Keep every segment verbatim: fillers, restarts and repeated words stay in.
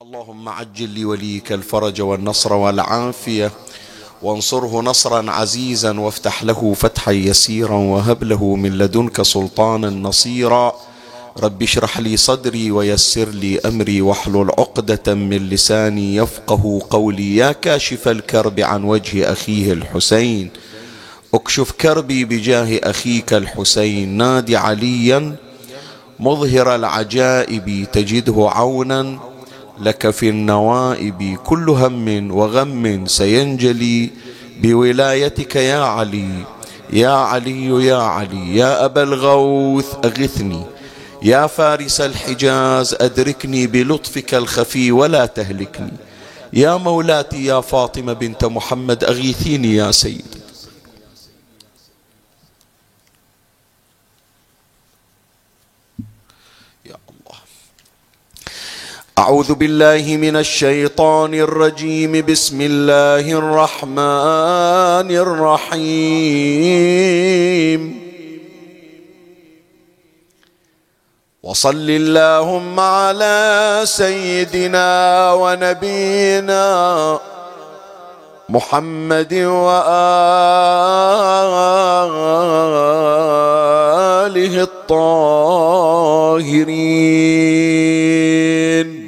اللهم عجل لوليك الفرج والنصر والعافية، وانصره نصرا عزيزا، وافتح له فتحا يسيرا، وهب له من لدنك سلطانا نصيرا. رب اشرح لي صدري ويسر لي أمري، واحلل عقدة من لساني يفقه قولي. يا كاشف الكرب عن وجه أخيه الحسين، اكشف كربي بجاه أخيك الحسين. نادي عليا مظهر العجائب، تجده عونا لك في النوائب. كل هم وغم سينجلي بولايتك يا علي. يا علي يا علي يا أبا الغوث أغثني، يا فارس الحجاز أدركني بلطفك الخفي ولا تهلكني. يا مولاتي يا فاطمة بنت محمد أغيثيني يا سيدي. أعوذ بالله من الشيطان الرجيم. بسم الله الرحمن الرحيم. وصل اللهم على سيدنا ونبينا محمد وآله الطاهرين.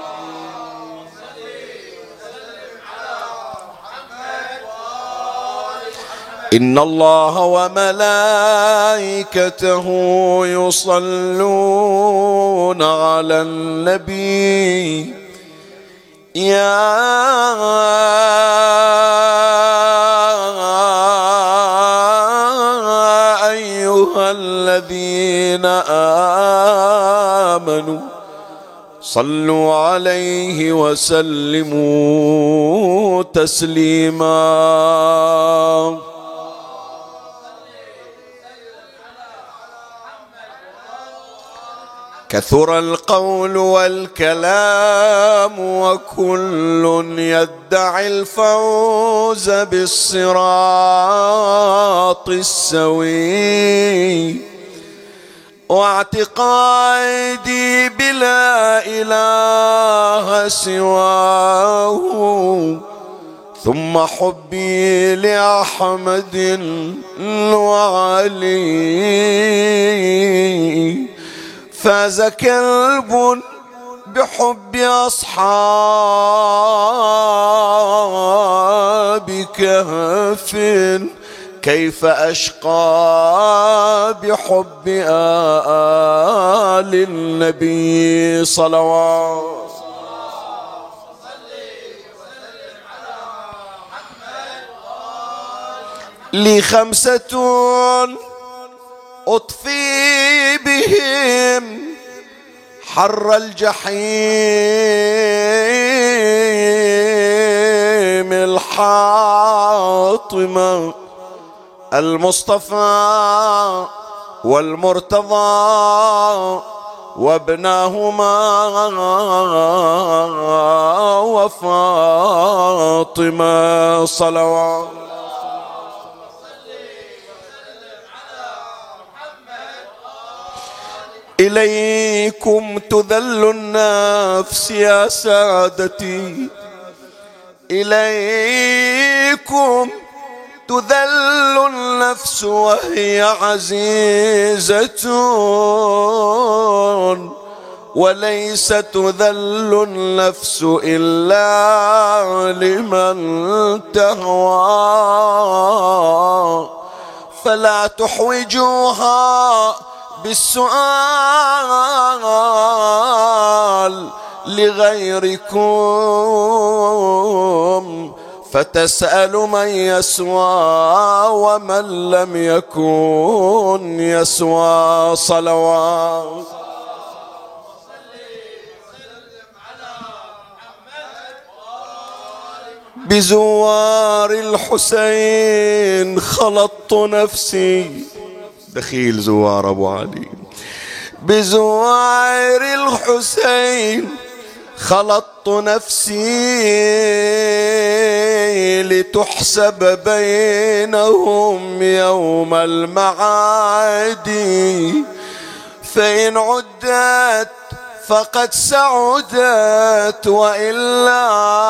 إن الله وملائكته يصلون على النبي. يا أيها الذين آمنوا صلوا عليه وسلموا تسليما. كثر القول والكلام وكل يدعي الفوز بالصراط السوي، واعتقادي بلا إله سواه، ثم حبي لأحمد وعلي. فاز كلب بحب أصحاب كهف، كيف أشقى بحب آل النبي صلوات. لي خمسة أطفي بهم حر الجحيم، الحاطمة المصطفى والمرتضى وابناهما وفاطمة صلوات. إليكم تذل النفس يا سادتي، إليكم تذل النفس وهي عزيزة، وليس تذل النفس إلا لمن تهوى. فلا تحوجوها بالسؤال لغيركم، فتسأل من يسوى ومن لم يكن يسوى صلوات. بزوار الحسين خلطت نفسي، دخيل زوار أبو علي. بزوار الحسين خلطت نفسي، لتحسب بينهم يوم المعاد. فإن عدت فقد سعدت، وإلا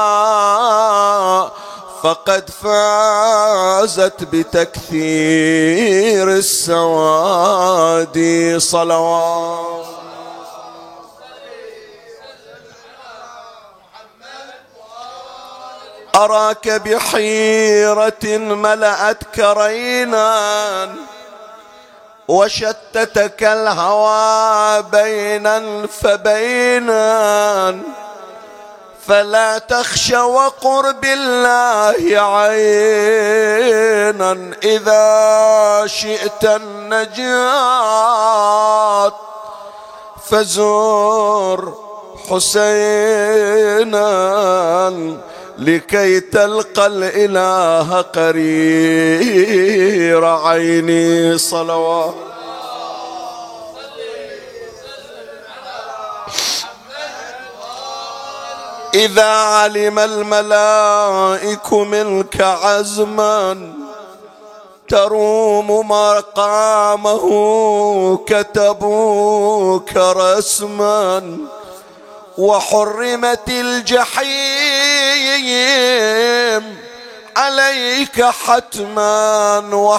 فقد فازت بتكثير السواد. صلوات. أراك بحيرة ملأتك رينا، وشتتك الهوى بينا فبينا، فلا تخش وقر بالله عينا. إذا شئت النجاة فزور حسينا، لكي تلقى الإله قرير عيني. صلوات. إذا علم الملائك منك عزما تروم مقامه كتبوك رسما، وحرمت الجحيم عليك حتما،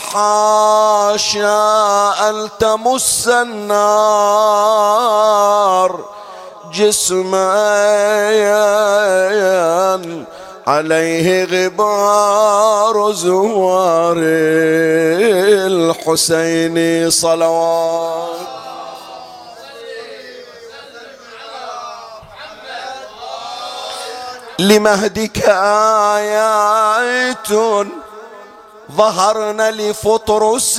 وحاشا أن تمس النار جسما عليه غبار زوار الحسين. صلوات. لمهدك آيات ظهرن لفطرس،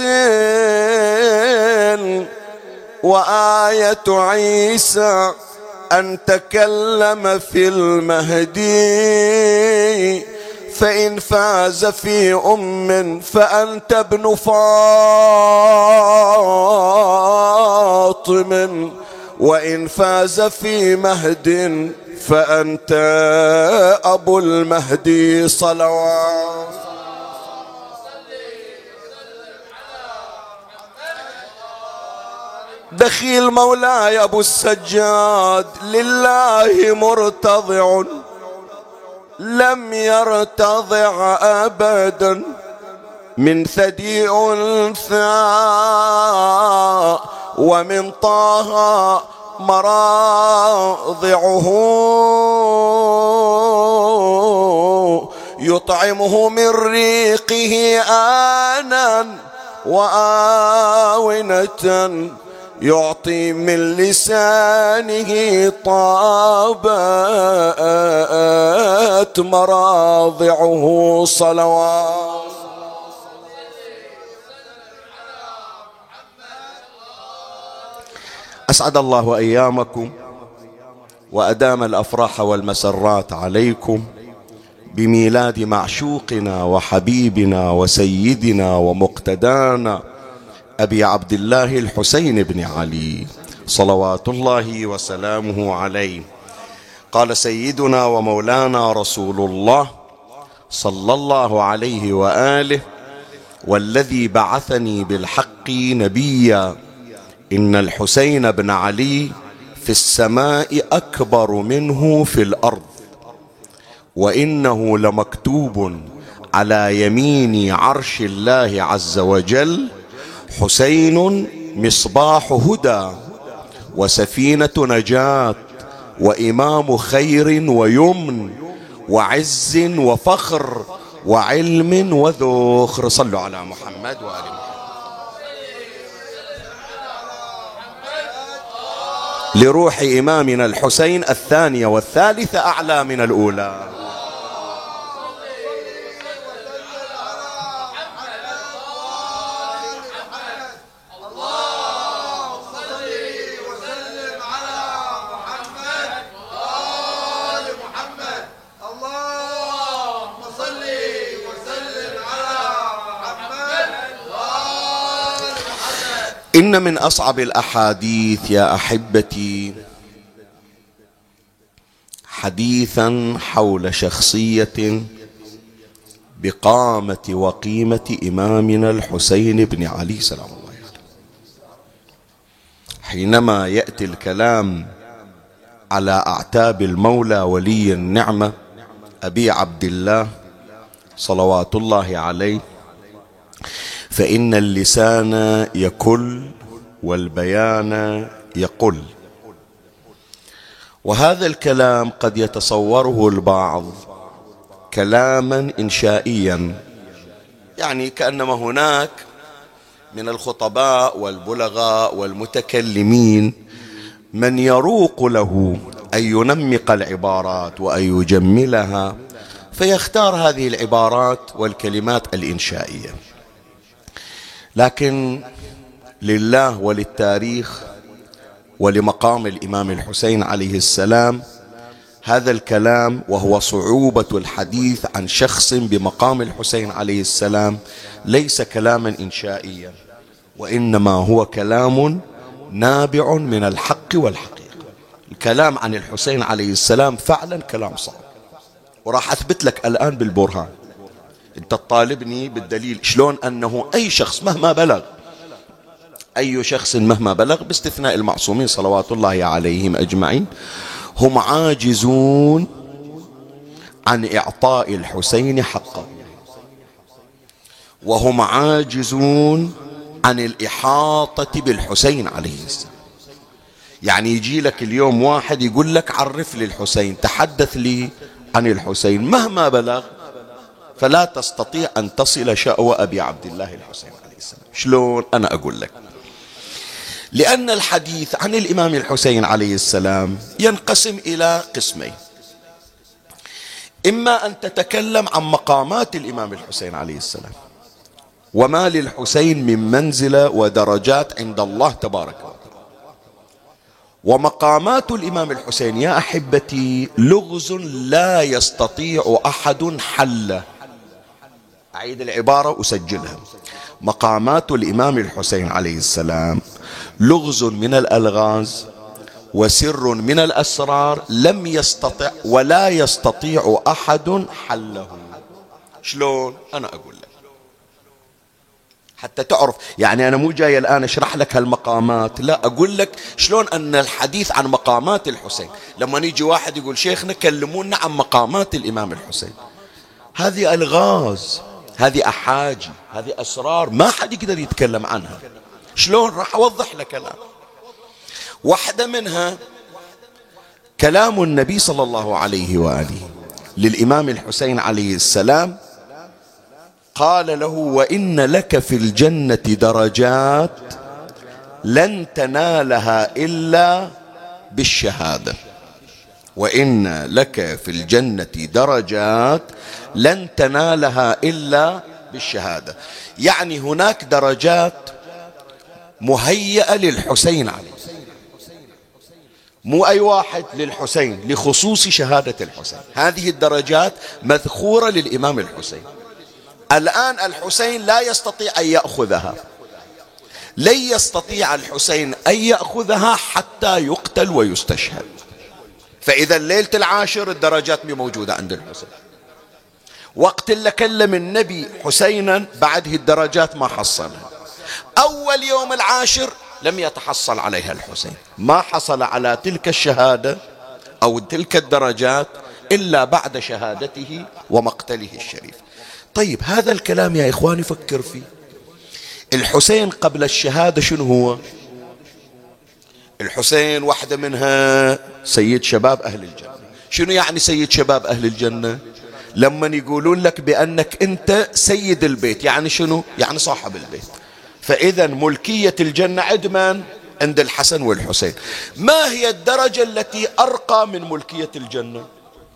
وآية عيسى أن تكلم في المهدي، فإن فاز في أم فأنت ابن فاطم، وإن فاز في مهد فأنت أبو المهدي. صلوات. دخيل مولاي أبو السجاد لله مرتضع، لم يرتضع أبدا من ثدي أنثى، ومن طه مراضعه، يطعمه من ريقه آنا وآونة، يعطي من لسانه طابت مراضعه. صلوات. أسعد الله أيامكم وأدام الأفراح والمسرات عليكم بميلاد معشوقنا وحبيبنا وسيدنا ومقتدانا أبي عبد الله الحسين بن علي صلوات الله وسلامه عليه. قال سيدنا ومولانا رسول الله صلى الله عليه وآله: والذي بعثني بالحق نبيا إن الحسين بن علي في السماء أكبر منه في الأرض، وإنه لمكتوب على يمين عرش الله عز وجل: حسين مصباح هدى وسفينة نجاة وإمام خير ويمن وعز وفخر وعلم وذخر. صلوا على محمد وآل محمد. لروح إمامنا الحسين الثانية والثالثة أعلى من الأولى. إن من أصعب الأحاديث يا أحبتي حديثا حول شخصية بقامة وقيمة إمامنا الحسين بن علي سلام الله عليه. حينما يأتي الكلام على أعتاب المولى ولي النعمة أبي عبد الله صلوات الله عليه، فإن اللسان يكل والبيان يقل. وهذا الكلام قد يتصوره البعض كلاما إنشائيا، يعني كأنما هناك من الخطباء والبلغاء والمتكلمين من يروق له أن ينمق العبارات وأن يجملها، فيختار هذه العبارات والكلمات الإنشائية. لكن لله وللتاريخ ولمقام الإمام الحسين عليه السلام هذا الكلام، وهو صعوبة الحديث عن شخص بمقام الحسين عليه السلام، ليس كلاما إنشائيا، وإنما هو كلام نابع من الحق والحقيقة. الكلام عن الحسين عليه السلام فعلا كلام صعب، وراح أثبت لك الآن بالبرهان. أنت تطالبني بالدليل شلون أنه أي شخص مهما بلغ، أي شخص مهما بلغ باستثناء المعصومين صلوات الله عليهم أجمعين، هم عاجزون عن إعطاء الحسين حقه، وهم عاجزون عن الإحاطة بالحسين عليه السلام. يعني يجي لك اليوم واحد يقول لك عرف لي الحسين، تحدث لي عن الحسين، مهما بلغ فلا تستطيع أن تصل شأوى أبي عبد الله الحسين عليه السلام. شلون؟ أنا أقول لك. لأن الحديث عن الإمام الحسين عليه السلام ينقسم إلى قسمين: إما أن تتكلم عن مقامات الإمام الحسين عليه السلام وما للحسين من منزلة ودرجات عند الله تبارك وتعالى. ومقامات الإمام الحسين يا أحبتي لغز لا يستطيع أحد حله. أعيد العبارة أسجلها: مقامات الإمام الحسين عليه السلام لغز من الألغاز وسر من الأسرار لم يستطع ولا يستطيع أحد حله. شلون؟ أنا أقول لك حتى تعرف. يعني أنا مو جاي الآن أشرح لك هالمقامات، لا، أقول لك شلون أن الحديث عن مقامات الحسين، لما يجي واحد يقول شيخنا كلمونا عن مقامات الإمام الحسين، هذه ألغاز، هذه أحاجي، هذه أسرار ما حد يقدر يتكلم عنها. شلون؟ راح أوضح لك الآن. واحدة منها كلام النبي صلى الله عليه وآله للإمام الحسين عليه السلام، قال له: وإن لك في الجنة درجات لن تنالها إلا بالشهادة. وإن لك في الجنة درجات لن تنالها إلا بالشهادة. يعني هناك درجات مهيئة للحسين عليه السلام، مو أي واحد، للحسين، لخصوص شهادة الحسين. هذه الدرجات مذخورة للإمام الحسين. الآن الحسين لا يستطيع أن يأخذها، لن يستطيع الحسين أن يأخذها حتى يقتل ويستشهد. فإذا الليلة العاشر الدرجات موجودة عند الحسين، وقت اللي كلم النبي حسينا بعده الدرجات ما حصلها. أول يوم العاشر لم يتحصل عليها الحسين، ما حصل على تلك الشهادة أو تلك الدرجات إلا بعد شهادته ومقتله الشريف. طيب هذا الكلام يا إخواني فكر فيه. الحسين قبل الشهادة شنو هو؟ الحسين واحدة منها سيد شباب أهل الجنة. شنو يعني سيد شباب أهل الجنة؟ لما يقولون لك بأنك أنت سيد البيت، يعني شنو؟ يعني صاحب البيت. فإذا ملكية الجنة عند من؟ عند الحسن والحسين. ما هي الدرجة التي أرقى من ملكية الجنة؟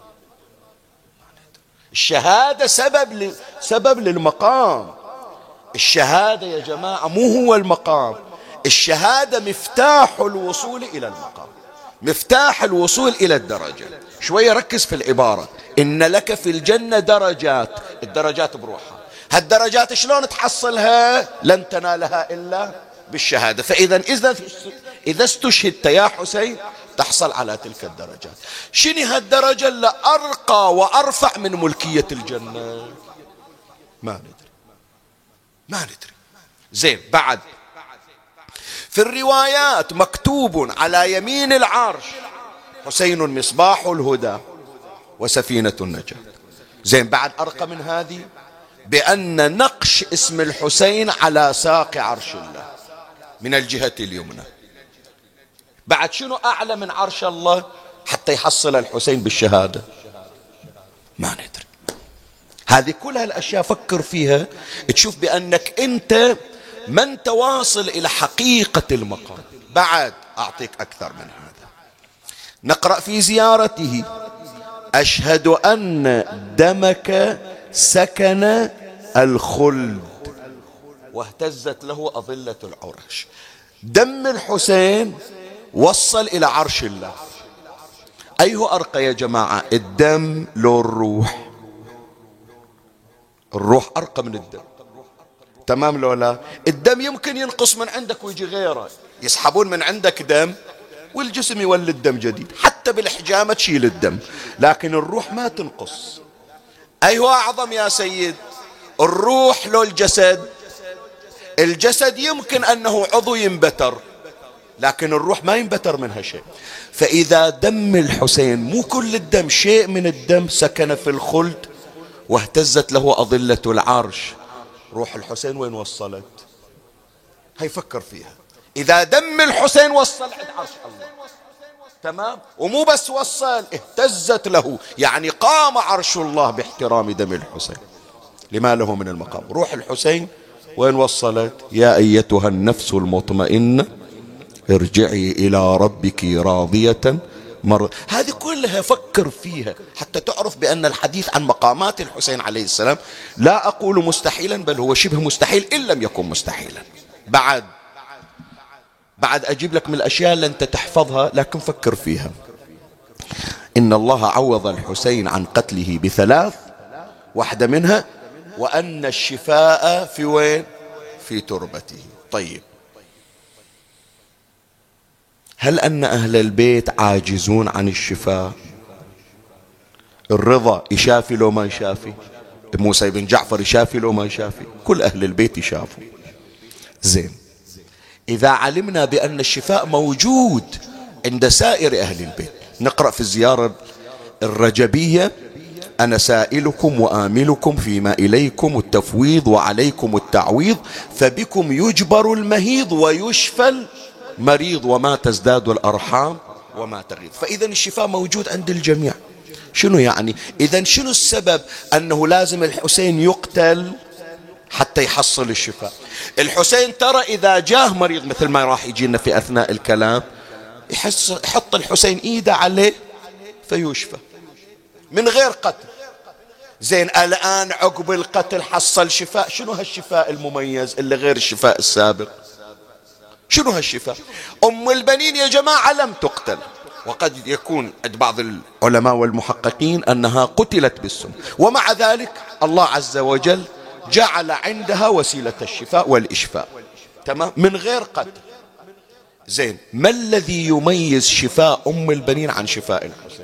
الشهادة سبب ل... سبب للمقام. الشهادة يا جماعة مو هو المقام، الشهادة مفتاح الوصول إلى المقام، مفتاح الوصول إلى الدرجة. شوية ركز في العبارة: إن لك في الجنة درجات. الدرجات بروحها، هالدرجات شلون تحصلها؟ لن تنالها إلا بالشهادة. فإذا إذا إذا استشهدت يا حسين تحصل على تلك الدرجات. شنو هالدرجة اللي أرقى وأرفع من ملكية الجنة؟ ما ندري، ما ندري. زين، بعد في الروايات مكتوب على يمين العرش الحسين مصباح الهدى وسفينة النجاة. زين، بعد أرقى من هذه بأن نقش اسم الحسين على ساق عرش الله من الجهة اليمنى. بعد شنو أعلى من عرش الله حتى يحصل الحسين بالشهادة؟ ما ندري. هذه كلها الأشياء فكر فيها، تشوف بأنك أنت من تواصل إلى حقيقة المقام. بعد أعطيك أكثر من هذا، نقرأ في زيارته: أشهد أن دمك سكن الخلد واهتزت له أظلة العرش. دم الحسين وصل إلى عرش الله. أيه أرقى يا جماعة، الدم لو الروح؟ الروح أرقى من الدم، تمام لو لا؟ الدم يمكن ينقص من عندك ويجي غيره، يسحبون من عندك دم والجسم يولد دم جديد، حتى بالحجامة تشيل الدم، لكن الروح ما تنقص. أيه أعظم يا سيد، الروح لو الجسد؟ الجسد يمكن أنه عضو ينبتر، لكن الروح ما ينبتر منها شيء. فإذا دم الحسين، مو كل الدم، شيء من الدم سكن في الخلد واهتزت له أظلة العرش، روح الحسين وين وصلت؟ هاي فكر فيها. إذا دم الحسين وصل عند عرش الله، تمام، ومو بس وصل، اهتزت له، يعني قام عرش الله باحترام دم الحسين لما له من المقام. روح الحسين وين وصلت؟ يا أيتها النفس المطمئنة ارجعي إلى ربك راضية مر. هذه كلها فكر فيها حتى تعرف بأن الحديث عن مقامات الحسين عليه السلام لا أقول مستحيلا، بل هو شبه مستحيل إن لم يكن مستحيلا. بعد بعد أجيب لك من الأشياء اللي أنت تحفظها، لكن فكر فيها. إن الله عوض الحسين عن قتله بثلاث، واحدة منها وأن الشفاء في وين؟ في تربته. طيب، هل أن أهل البيت عاجزون عن الشفاء؟ الرضا يشافي لو ما يشافي؟ موسى بن جعفر يشافي لو ما يشافي؟ كل أهل البيت يشافوا. زين، إذا علمنا بأن الشفاء موجود عند سائر أهل البيت، نقرأ في الزيارة الرجبية: أنا سائلكم وآملكم فيما إليكم التفويض وعليكم التعويض، فبكم يجبر المهيض ويشفى المريض وما تزداد الأرحام وما تغيض. فإذا الشفاء موجود عند الجميع. شنو يعني؟ إذا شنو السبب أنه لازم الحسين يقتل حتى يحصل الشفاء؟ الحسين ترى إذا جاه مريض مثل ما راح يجينا في أثناء الكلام، يحس يحط الحسين إيده عليه فيشفى من غير قتل. زين، الآن عقب القتل حصل شفاء. شنو هالشفاء المميز اللي غير الشفاء السابق؟ شنو هالشفاء؟ أم البنين يا جماعة لم تقتل، وقد يكون عند بعض العلماء والمحققين أنها قتلت بالسم، ومع ذلك الله عز وجل جعل عندها وسيلة الشفاء والإشفاء، تمام، من غير قتل. زين، ما الذي يميز شفاء أم البنين عن شفاء الحسين؟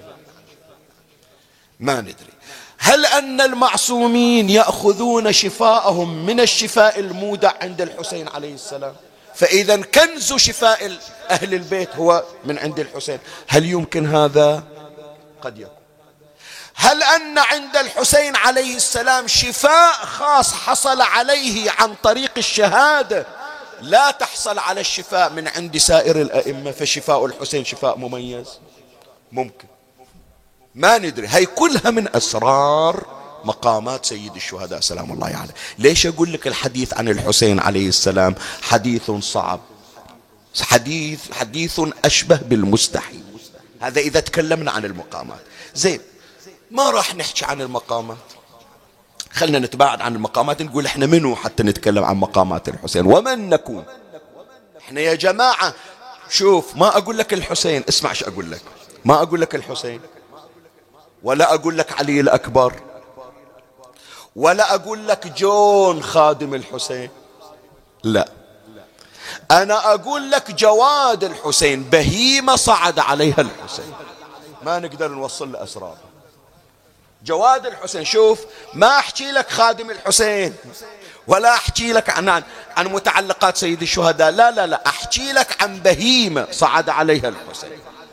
ما ندري. هل أن المعصومين يأخذون شفاءهم من الشفاء المودع عند الحسين عليه السلام؟ فإذا كنز شفاء أهل البيت هو من عند الحسين. هل يمكن هذا؟ قد يكون. هل أن عند الحسين عليه السلام شفاء خاص حصل عليه عن طريق الشهادة لا تحصل على الشفاء من عند سائر الأئمة، فشفاء الحسين شفاء مميز؟ ممكن، ما ندري. هي كلها من أسرار مقامات سيد الشهداء سلام الله عليه. يعني ليش أقول لك الحديث عن الحسين عليه السلام حديث صعب، حديث حديث أشبه بالمستحيل؟ هذا إذا تكلمنا عن المقامات. زين، ما راح نحكي عن المقامات، خلنا نتباعد عن المقامات، نقول احنا منو حتى نتكلم عن مقامات الحسين ومن نكون احنا يا جماعة. شوف، ما أقول لك الحسين، اسمع ايش أقول لك، ما أقول لك الحسين، ولا أقول لك علي الأكبر، ولا أقول لك جون خادم الحسين، لا، أنا أقول لك جواد الحسين، بهيمة صعد عليها الحسين، ما نقدر نوصل لأسرار جواد الحسين. شوف، ما أحكي لك خادم الحسين، ولا أحكي لك عن عن متعلقات سيد الشهداء، لا لا لا، أحكي لك عن بهيمة صعد عليها الحسين،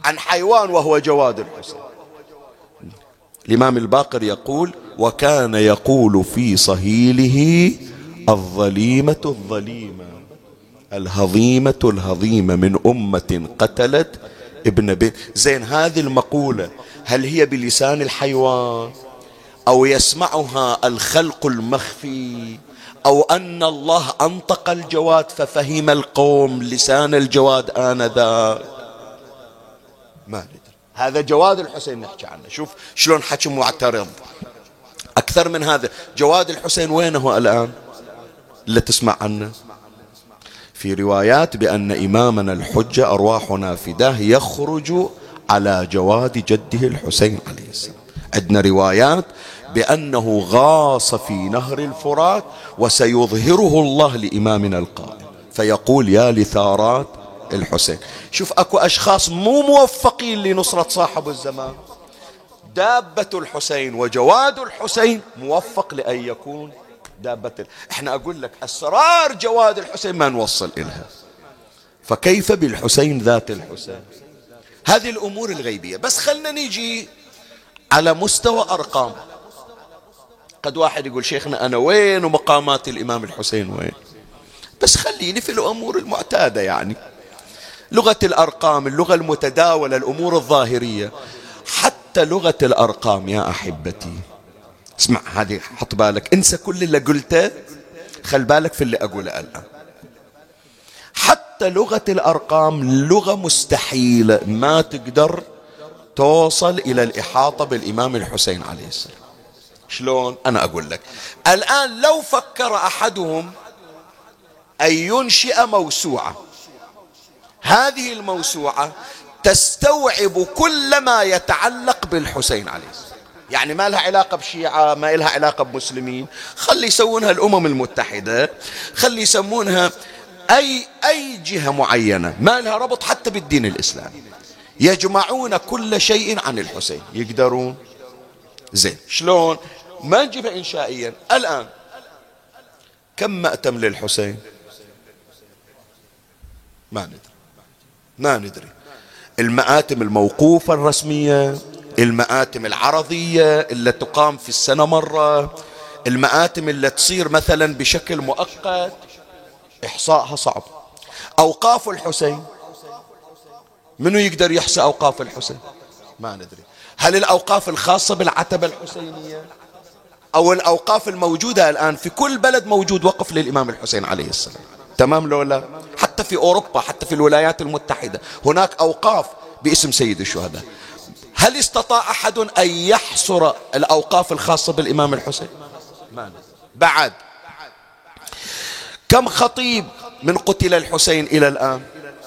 عن حيوان وهو جواد الحسين. الإمام الباقر يقول: وكان يقول في صهيله: الظليمة الظليمة الهضيمة الهضيمة من أمة قتلت ابن بنت. زين، هذه المقولة هل هي بلسان الحيوان أو يسمعها الخلق المخفي، أو أن الله أنطق الجواد ففهم القوم لسان الجواد آنذاك؟ ما ندري. هذا جواد الحسين نحكي عنه. شوف شلون حكي معترض. أكثر من هذا، جواد الحسين وينه الآن اللي تسمع عنه؟ في روايات بأن إمامنا الحجة أرواحنا فداه يخرج على جواد جده الحسين عليه السلام. عندنا روايات بأنه غاص في نهر الفرات وسيظهره الله لإمامنا القائم فيقول: يا لثارات الحسين. شوف أكو أشخاص مو موفقين لنصرة صاحب الزمان. دابة الحسين وجواد الحسين موفق لأن يكون دابة. احنا أقول لك أسرار جواد الحسين ما نوصل إلها، فكيف بالحسين ذات الحسين؟ هذه الأمور الغيبية. بس خلنا نيجي على مستوى أرقام. قد واحد يقول: شيخنا أنا وين ومقامات الإمام الحسين وين؟ بس خليني في الأمور المعتادة، يعني لغة الأرقام، اللغة المتداولة، الأمور الظاهرية. حتى لغة الأرقام يا أحبتي، اسمع هذه، حط بالك، انسى كل اللي قلته، خل بالك في اللي أقوله الآن. حتى لغة الأرقام لغة مستحيلة، ما تقدر توصل إلى الإحاطة بالإمام الحسين عليه السلام. شلون؟ أنا أقول لك الآن، لو فكر أحدهم أن ينشئ موسوعة، هذه الموسوعة تستوعب كل ما يتعلق بالحسين عليه السلام، يعني ما لها علاقة بشيعة، ما لها علاقة بمسلمين، خلي يسوونها الأمم المتحدة، خلي يسمونها أي أي جهة معينة ما لها ربط حتى بالدين الإسلامي، يجمعون كل شيء عن الحسين. يقدرون؟ زين، شلون؟ ما نجيبها إنشائيا. الآن كم مأتم للحسين؟ ما ندري، ما ندري. المآتم الموقوفة الرسمية، المآتم العرضية اللي تقام في السنة مرة، المآتم اللي تصير مثلا بشكل مؤقت، إحصائها صعب. أوقاف الحسين، منو يقدر يحصي أوقاف الحسين؟ ما ندري. هل الأوقاف الخاصة بالعتبة الحسينية أو الأوقاف الموجودة الآن في كل بلد موجود وقف للإمام الحسين عليه السلام، تمام لو لا؟ حتى في أوروبا، حتى في الولايات المتحدة هناك أوقاف باسم سيد الشهداء. هل استطاع أحد أن يحصر الأوقاف الخاصة بالإمام الحسين؟ ما ندري. بعد كم خطيب من قتل الحسين إلى الآن؟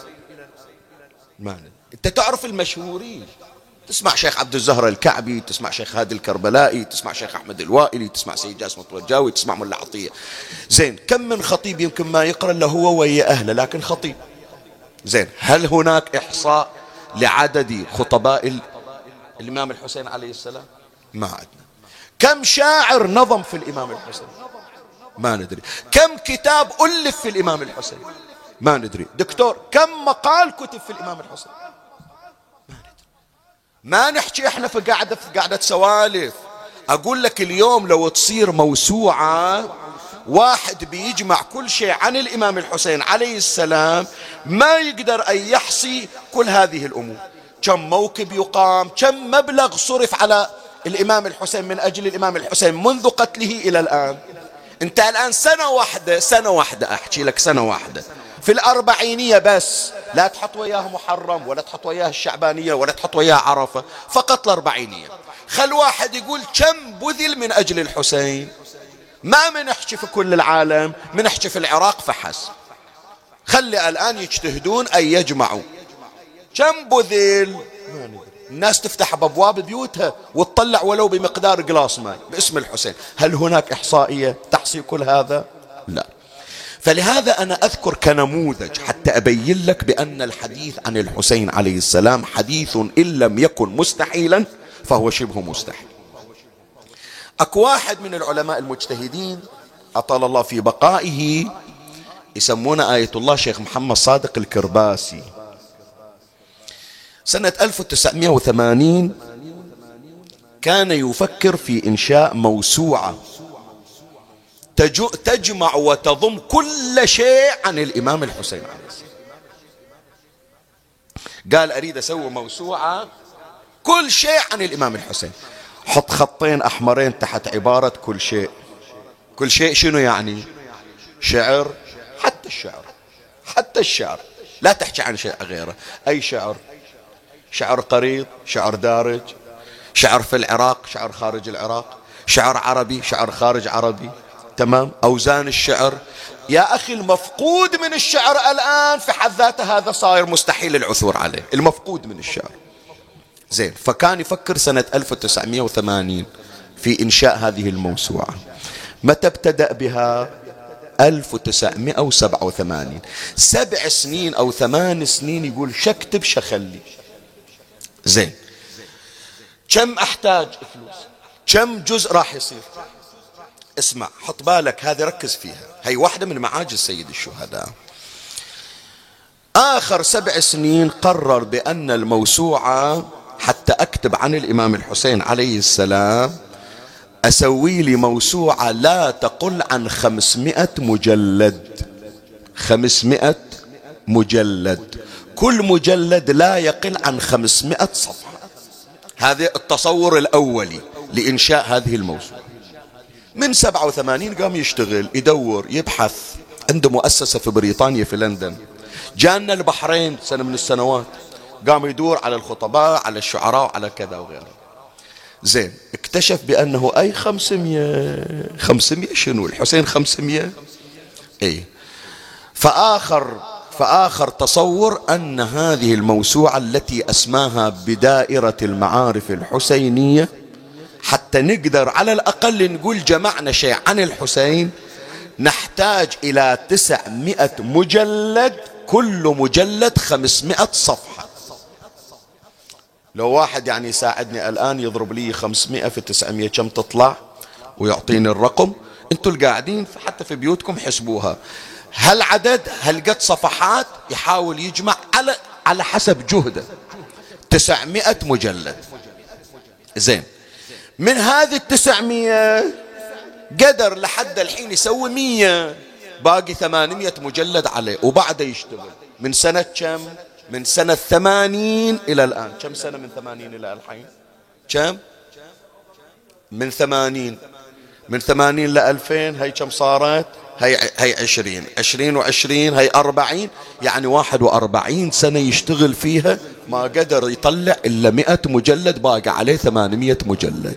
ما ندري. أنت تعرف المشهورين، تسمع شيخ عبد الزهر الكعبي، تسمع شيخ هادي الكربلائي، تسمع شيخ أحمد الوائلي، تسمع سيد جاسم الطرجاوي، تسمع ملا عطية. زين، كم من خطيب يمكن ما يقرأ إلا هو ويا أهله لكن خطيب. زين، هل هناك إحصاء لعدد خطباء الإمام الحسين عليه السلام؟ ما عندنا. كم شاعر نظم في الإمام الحسين؟ ما ندري. كم كتاب ألف في الإمام الحسين؟ ما ندري. دكتور، كم مقال كتب في الإمام الحسين؟ ما ندري. ما نحكي احنا في قاعدة في قاعدة سوالف. أقول لك اليوم لو تصير موسوعة واحد بيجمع كل شيء عن الإمام الحسين عليه السلام ما يقدر أن يحصي كل هذه الأمور. كم موكب يقام، كم مبلغ صرف على الإمام الحسين من أجل الإمام الحسين منذ قتله إلى الآن. أنت الآن سنة واحدة، سنة واحدة أحكي لك، سنة واحدة في الأربعينية بس، لا تحط وياه محرم ولا تحط وياه الشعبانية ولا تحط وياه عرفة، فقط الأربعينية. خل واحد يقول كم بذل من أجل الحسين. ما منحكي في كل العالم، منحكي في العراق فحسب. خلي الآن يجتهدون أن يجمعوا كم بذل. الناس تفتح بأبواب بيوتها وتطلع ولو بمقدار قلاص ماء باسم الحسين. هل هناك إحصائية تحصي كل هذا؟ لا. فلهذا أنا أذكر كنموذج حتى أبين لك بأن الحديث عن الحسين عليه السلام حديث إن لم يكن مستحيلا فهو شبه مستحيل. أكو واحد من العلماء المجتهدين أطال الله في بقائه يسمونه آية الله شيخ محمد صادق الكرباسي. سنة ألف وتسعمائة وثمانين كان يفكر في إنشاء موسوعة تجمع وتضم كل شيء عن الإمام الحسين عليه السلام. قال أريد أسوي موسوعة كل شيء عن الإمام الحسين، حط خطين أحمرين تحت عبارة كل شيء. كل شيء شنو يعني؟ شعر، حتى الشعر، حتى الشعر لا تحكي عن شيء غيره. أي شعر؟ شعر قريض، شعر دارج، شعر في العراق، شعر خارج العراق، شعر عربي، شعر خارج عربي، تمام؟ أوزان الشعر. يا أخي المفقود من الشعر الآن في حد ذاته هذا صاير مستحيل العثور عليه، المفقود من الشعر. زين، فكان يفكر سنة ألف وتسعمائة وثمانين في إنشاء هذه الموسوعة. متى ابتدأ بها؟ ألف وتسعمائة وسبعة وثمانين. سبع سنين أو ثمان سنين يقول شكتب شخلي. زين، كم أحتاج فلوس؟ كم جزء راح يصير؟ اسمع، حط بالك هذه، ركز فيها، هي واحدة من معاجز سيد الشهداء. آخر سبع سنين قرر بأن الموسوعة حتى أكتب عن الإمام الحسين عليه السلام أسوي لي موسوعة لا تقل عن خمسمائة مجلد. خمسمائة مجلد، كل مجلد لا يقل عن خمسمائة صفحة. هذا التصور الأولي لإنشاء هذه الموسوعة. من سبعة وثمانين قام يشتغل، يدور، يبحث. عنده مؤسسة في بريطانيا في لندن. جانا البحرين سنة من السنوات، قام يدور على الخطباء، على الشعراء، على كذا وغيره. زين، اكتشف بأنه أي خمسمية خمسمية شنو الحسين خمسمية. اي فآخر فآخر تصور أن هذه الموسوعة التي أسماها بدائرة المعارف الحسينية، حتى نقدر على الأقل نقول جمعنا شيء عن الحسين، نحتاج إلى تسعمائة مجلد، كل مجلد خمسمائة صفحة. لو واحد يعني يساعدني الآن يضرب لي خمسمائة في تسعمائة كم تطلع ويعطيني الرقم. انتوا القاعدين حتى في بيوتكم حسبوها، هل عدد، هل قد صفحات، يحاول يجمع على على حسب جهده. تسعمائة مجلد. زين، من هذه التسعمائة قدر لحد الحين يسوي مية، باقي ثمانمائة مجلد عليه، وبعده يشتغل. من سنة كم؟ من سنة ثمانين إلى الآن. كم سنة من ثمانين إلى الحين؟ كم؟ من ثمانين من ثمانين لألفين، هاي كم صارت؟ هاي هاي عشرين، عشرين وعشرين، هاي أربعين، يعني واحد وأربعين سنة يشتغل فيها، ما قدر يطلع إلا مئة مجلد، باقي عليه ثمانمائة مجلد.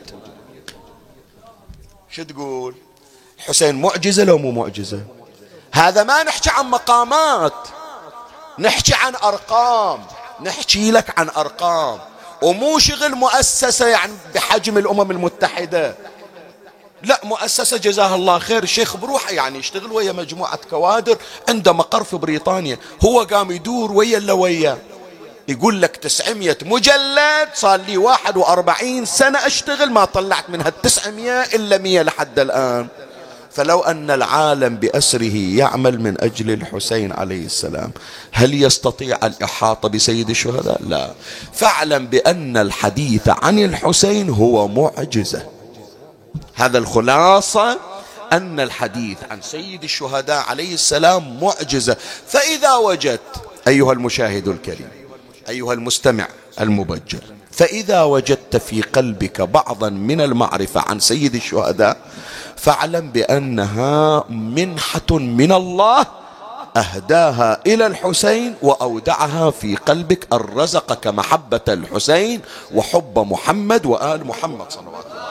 شو تقول؟ حسين معجزة لو مو معجزة؟ هذا ما نحكي عن مقامات، نحكي عن أرقام، نحكي لك عن أرقام، ومو شغل مؤسسة يعني بحجم الأمم المتحدة، لا، مؤسسة جزاها الله خير، الشيخ بروحه يعني يشتغل ويا مجموعة كوادر عنده مقر في بريطانيا، هو قام يدور ويا اللي وياه، يقول لك تسعمائة مجلد، صار لي واحد وأربعين سنة أشتغل، ما طلعت منها التسعمائة إلا مية لحد الآن. فلو أن العالم بأسره يعمل من أجل الحسين عليه السلام، هل يستطيع الإحاطة بسيد الشهداء؟ لا. فاعلم بأن الحديث عن الحسين هو معجزة. هذا الخلاصة، أن الحديث عن سيد الشهداء عليه السلام معجزة. فإذا وجدت أيها المشاهد الكريم، أيها المستمع المبجل، فإذا وجدت في قلبك بعضا من المعرفة عن سيد الشهداء، فاعلم بأنها منحة من الله أهداها إلى الحسين وأودعها في قلبك، أن رزقك محبة الحسين وحب محمد وآل محمد صلوات الله.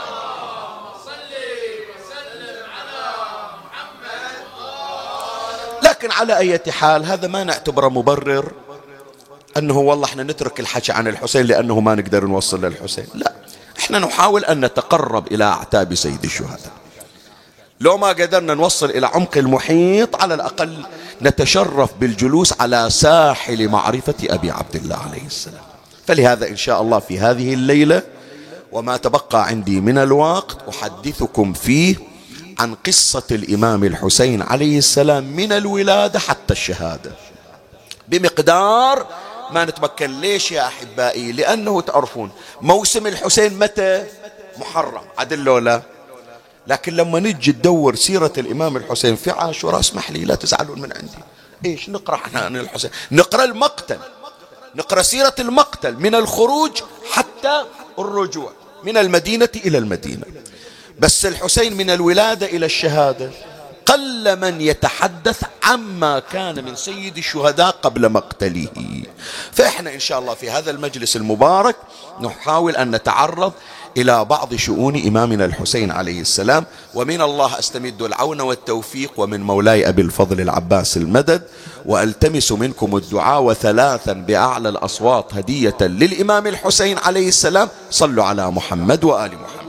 لكن على أي حال هذا ما نعتبره مبرر أنه والله احنا نترك الحكي عن الحسين لأنه ما نقدر نوصل للحسين. لا، احنا نحاول أن نتقرب إلى أعتاب سيد الشهداء. لو ما قدرنا نوصل إلى عمق المحيط، على الأقل نتشرف بالجلوس على ساحل معرفة أبي عبد الله عليه السلام. فلهذا إن شاء الله في هذه الليلة وما تبقى عندي من الوقت أحدثكم فيه عن قصة الإمام الحسين عليه السلام من الولادة حتى الشهادة، بمقدار ما نتمكن. ليش يا أحبائي؟ لأنه تعرفون موسم الحسين متى؟ محرم، عدل لولا. لكن لما نجي ندور سيرة الإمام الحسين في عاشوراء، اسمح لي لا تزعلون من عندي، إيش نقرأ احنا عن الحسين؟ نقرأ المقتل، نقرأ سيرة المقتل من الخروج حتى الرجوع من المدينة إلى المدينة. بس الحسين من الولادة إلى الشهادة قل من يتحدث عما كان من سيد الشهداء قبل مقتله. فإحنا إن شاء الله في هذا المجلس المبارك نحاول أن نتعرض إلى بعض شؤون إمامنا الحسين عليه السلام. ومن الله أستمد العون والتوفيق، ومن مولاي أبي الفضل العباس المدد، وألتمس منكم الدعاء. وثلاثا بأعلى الأصوات هدية للإمام الحسين عليه السلام، صلوا على محمد وآل محمد.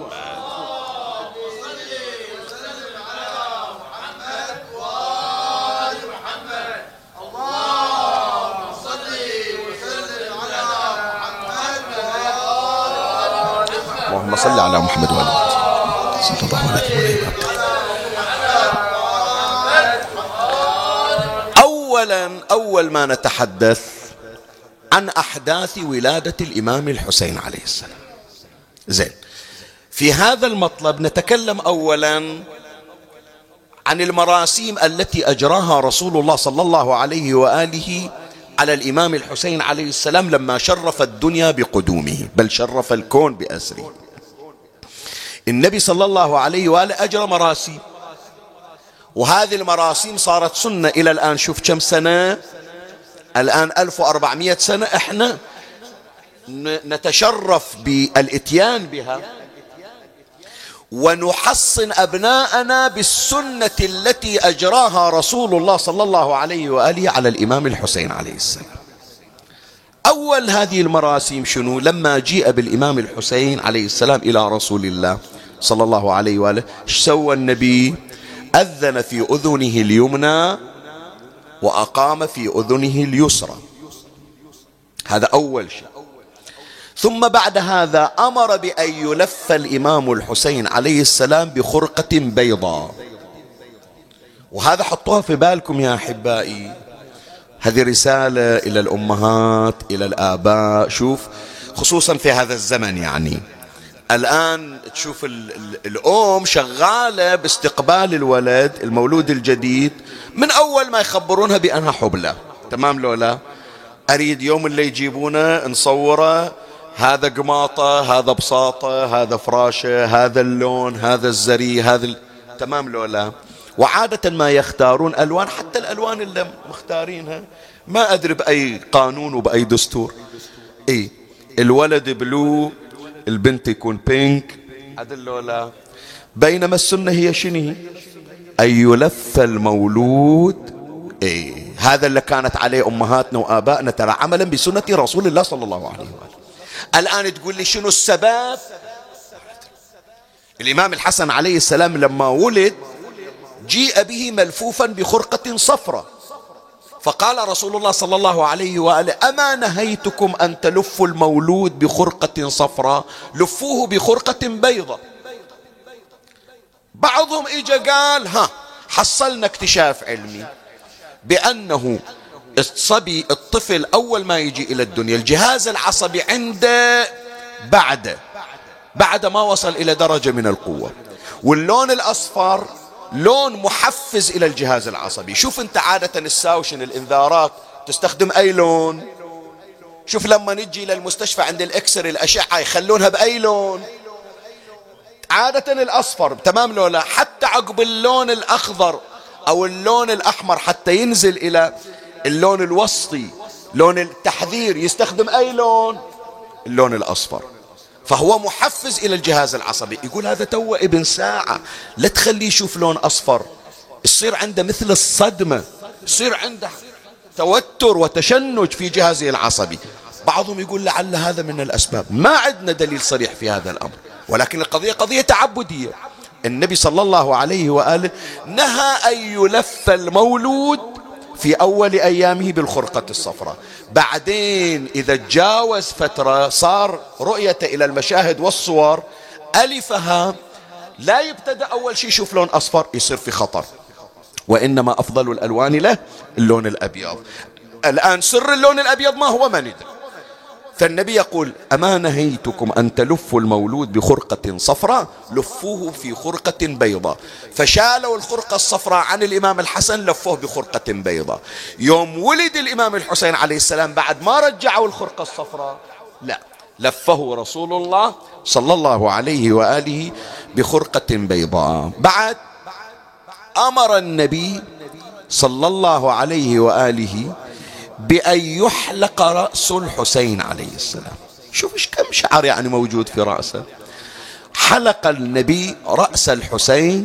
اللهم صل على محمد وآل محمد صلى الله عليه وسلم. أولا أول ما نتحدث عن أحداث ولادة الإمام الحسين عليه السلام. زين، في هذا المطلب نتكلم أولا عن المراسيم التي أجراها رسول الله صلى الله عليه وآله على الإمام الحسين عليه السلام لما شرف الدنيا بقدومه، بل شرف الكون بأسره. النبي صلى الله عليه وآله أجرى مراسيم، وهذه المراسيم صارت سنة إلى الآن. شوف كم سنة الآن، ألف وأربعمائة سنة إحنا نتشرف بالإتيان بها، ونحصن أبناءنا بالسنة التي أجراها رسول الله صلى الله عليه وآله على الإمام الحسين عليه السلام. أول هذه المراسيم شنو؟ لما جيء بالإمام الحسين عليه السلام إلى رسول الله صلى الله عليه وآله، ايش سوى النبي؟ أذن في أذنه اليمنى وأقام في أذنه اليسرى، هذا أول شيء. ثم بعد هذا أمر بأن يلف الإمام الحسين عليه السلام بخرقة بيضاء. وهذا حطوها في بالكم يا أحبائي، هذه رسالة إلى الأمهات إلى الآباء. شوف خصوصا في هذا الزمن، يعني الآن تشوف الأم شغالة باستقبال الولد المولود الجديد من أول ما يخبرونها بأنها حبلى، تمام لولا؟ أريد يوم اللي يجيبونه نصوره، هذا قماطة، هذا بساطة، هذا فراشة، هذا اللون، هذا الزري، هذا ال... تمام لولا؟ وعادة ما يختارون ألوان، حتى الألوان اللي مختارينها ما أدري بأي قانون وبأي دستور. إيه، الولد بلو، البنت يكون بينك، عدل ولا؟ بينما السنة هي شنو؟ أن يلف المولود. إيه، هذا اللي كانت عليه أمهاتنا وآبائنا، ترى عملا بسنة رسول الله صلى الله عليه وآله. الآن تقول لي شنو السبب؟ الإمام الحسن عليه السلام لما ولد جيء به ملفوفا بخرقة صفراء، فقال رسول الله صلى الله عليه وآله: أما نهيتكم أن تلفوا المولود بخرقة صفراء؟ لفوه بخرقة بيضاء. بعضهم إجا قال: ها حصلنا اكتشاف علمي بأنه الصبي الطفل أول ما يجي إلى الدنيا الجهاز العصبي عنده بعد بعد ما وصل إلى درجة من القوة، واللون الأصفر لون محفز إلى الجهاز العصبي. شوف أنت عادة الساوشن الإنذارات تستخدم أي لون؟ شوف لما نجي للمستشفى عند الإكسر الأشعة يخلونها بأي لون؟ عادة الأصفر، تمام لولا؟ حتى عقب اللون الأخضر أو اللون الأحمر حتى ينزل إلى اللون الوسطي لون التحذير يستخدم أي لون؟ اللون الأصفر. فهو محفز إلى الجهاز العصبي. يقول هذا تو ابن ساعة، لا تخليه يشوف لون أصفر، يصير عنده مثل الصدمة، يصير عنده توتر وتشنج في جهازه العصبي. بعضهم يقول لعل هذا من الأسباب، ما عندنا دليل صريح في هذا الأمر، ولكن القضية قضية تعبدية. النبي صلى الله عليه وآله نهى أن يلف المولود في أول أيامه بالخرقة الصفراء. بعدين إذا تجاوز فترة صار رؤيته إلى المشاهد والصور ألفها، لا يبتدأ أول شيء يشوف لون أصفر، يصير في خطر، وإنما أفضل الألوان له اللون الأبيض. الآن سر اللون الأبيض ما هو؟ ما ندري. فالنبي يقول أما نهيتكم أن تلفوا المولود بخرقة صفراء؟ لفوه في خرقة بيضاء. فشالوا الخرقة الصفراء عن الإمام الحسن، لفوه بخرقة بيضاء. يوم ولد الإمام الحسين عليه السلام بعد ما رجعوا الخرقة الصفراء، لا، لفه رسول الله صلى الله عليه وآله بخرقة بيضاء. بعد أمر النبي صلى الله عليه وآله بأن يحلق رأس الحسين عليه السلام. شوف إيش كم شعر يعني موجود في رأسه. حلق النبي رأس الحسين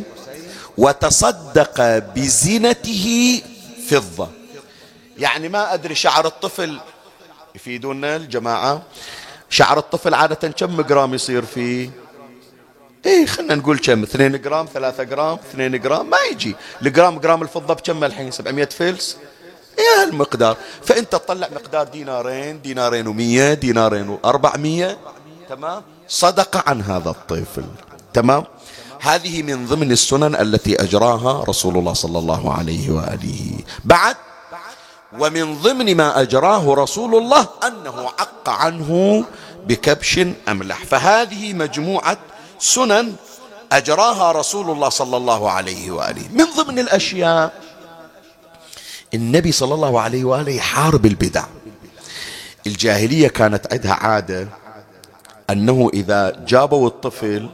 وتصدق بزينته فضة. يعني ما أدري شعر الطفل، يفيدونا الجماعة، شعر الطفل عادة كم جرام يصير فيه؟ ايه خلنا نقول كم، اثنين جرام، ثلاثة جرام، اثنين جرام، ما يجي. الجرام جرام الفضة بكم الحين؟ سبعمية فلس، ايه هالمقدار. فانت تطلع مقدار دينارين، دينارين ومية، دينارين واربعمية، تمام، صدقة عن هذا الطفل. تمام. هذه من ضمن السنن التي أجراها رسول الله صلى الله عليه وآله. بعد ومن ضمن ما أجراه رسول الله أنه عق عنه بكبش أملح. فهذه مجموعة سنن أجراها رسول الله صلى الله عليه وآله. من ضمن الأشياء النبي صلى الله عليه وآله يحارب البدع. الجاهلية كانت عندها عادة أنه إذا جابوا الطفل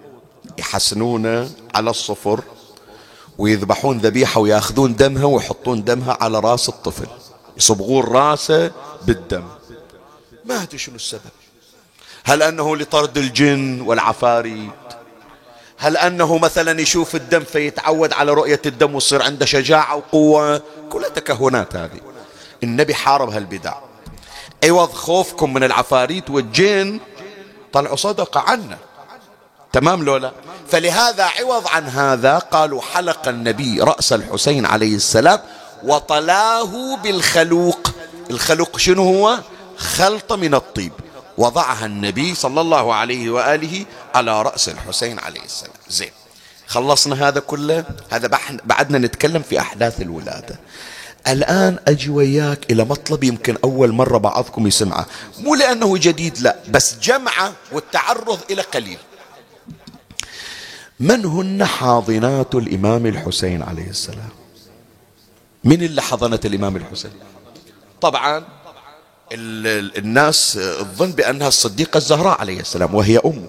يحسنونه على الصفر ويذبحون ذبيحة ويأخذون دمها ويحطون دمها على رأس الطفل، يصبغون رأسه بالدم. ما أدري شنو السبب. هل أنه لطرد الجن والعفاريت؟ هل أنه مثلا يشوف الدم فيتعود على رؤية الدم ويصير عنده شجاعة وقوة؟ كلها تكهنات هذه. النبي حارب هالبدع. عوض خوفكم من العفاريت والجن طلعوا صدقة عنا. تمام لولا؟ فلهذا عوض عن هذا قالوا حلق النبي رأس الحسين عليه السلام وطلاه بالخلوق. الخلوق شنو هو؟ خلطة من الطيب، وضعها النبي صلى الله عليه وآله على رأس الحسين عليه السلام. زين، خلصنا هذا كله. هذا بعدنا نتكلم في أحداث الولادة. الآن أجي وياك إلى مطلب يمكن أول مرة بعضكم يسمعه، مو لأنه جديد، لا، بس جمعه والتعرض إلى قليل. من هن حاضنات الإمام الحسين عليه السلام؟ من اللي حضنت الإمام الحسين؟ طبعا الناس الظن بأنها الصديقة الزهراء عليه السلام، وهي أمه.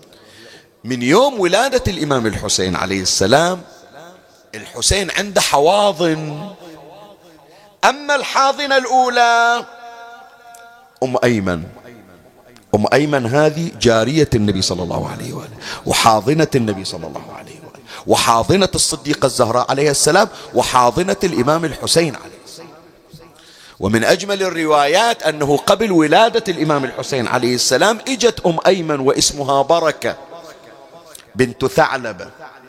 من يوم ولادة الإمام الحسين عليه السلام الحسين عنده حواضن. أما الحاضنة الأولى أم أيمن. أم أيمن هذه جارية النبي صلى الله عليه وآله، وحاضنة النبي صلى الله عليه وآله، وحاضنة الصديقة الزهراء عليه السلام، وحاضنة الإمام الحسين عليه السلام. ومن أجمل الروايات أنه قبل ولادة الإمام الحسين عليه السلام إجت أم أيمن واسمها بركة بنت ثعلبة.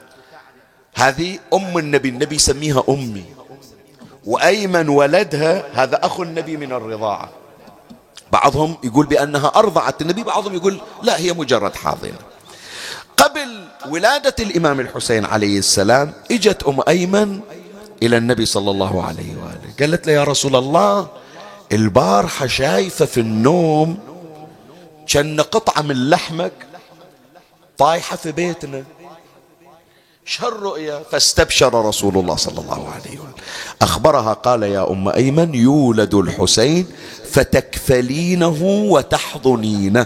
هذه أم النبي، النبي يسميها أمي. وأيمن ولدها هذا أخو النبي من الرضاعة. بعضهم يقول بأنها أرضعت النبي، بعضهم يقول لا، هي مجرد حاضنة. قبل ولادة الإمام الحسين عليه السلام إجت أم أيمن إلى النبي صلى الله عليه وآله، قالت له يا رسول الله، البارحة شايفة في النوم كان قطعة من لحمك طايحة في بيتنا، شو الرؤيا؟ فاستبشر رسول الله صلى الله عليه وآله، أخبرها قال يا أم أيمن يولد الحسين فتكفلينه وتحضنينه.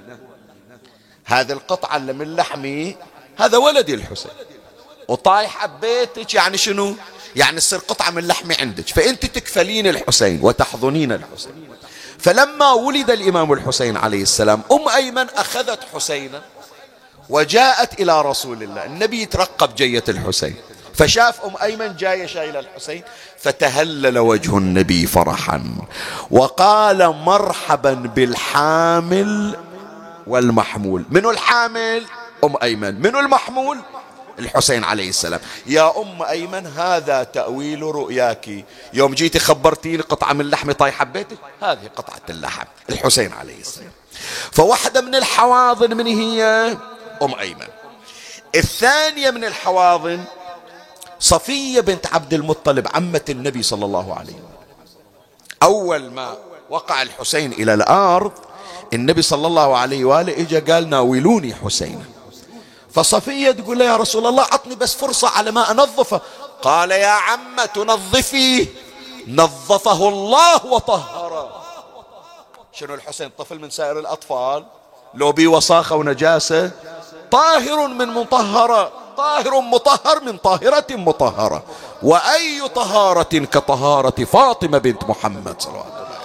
هذه القطعة اللي من لحمي هذا ولدي الحسين وطايحة ببيتك، يعني شنو؟ يعني تصير قطعة من لحمي عندك، فأنت تكفلين الحسين وتحضنين الحسين. فلما ولد الإمام الحسين عليه السلام أم أيمن أخذت حسينا وجاءت إلى رسول الله. النبي يترقب جية الحسين، فشاف أم أيمن جاية شايلة الحسين، فتهلل وجه النبي فرحا وقال مرحبا بالحامل والمحمول. منو الحامل؟ أم أيمن. منو المحمول؟ الحسين عليه السلام. يا أم أيمن هذا تأويل رؤياك، يوم جيتي خبرتيني قطعة من لحم طايحة ببيتك، هذه قطعة اللحم الحسين عليه السلام. فواحدة من الحواضن من هي؟ أم أيمن. الثانية من أول ما وقع الحسين إلى الأرض النبي صلى الله عليه وآله إجا قال ناولوني حسين. فصفية تقول له يا رسول الله عطني بس فرصة على ما أنظفه. قال يا عم تنظفيه، نظفه الله وطهره. شنو الحسين طفل من سائر الأطفال؟ لو بي وصاخة ونجاسة، طاهر من مطهرة، طاهر مطهر من طاهرة مطهرة. وأي طهارة كطهارة فاطمة بنت محمد صلى الله عليه وسلم.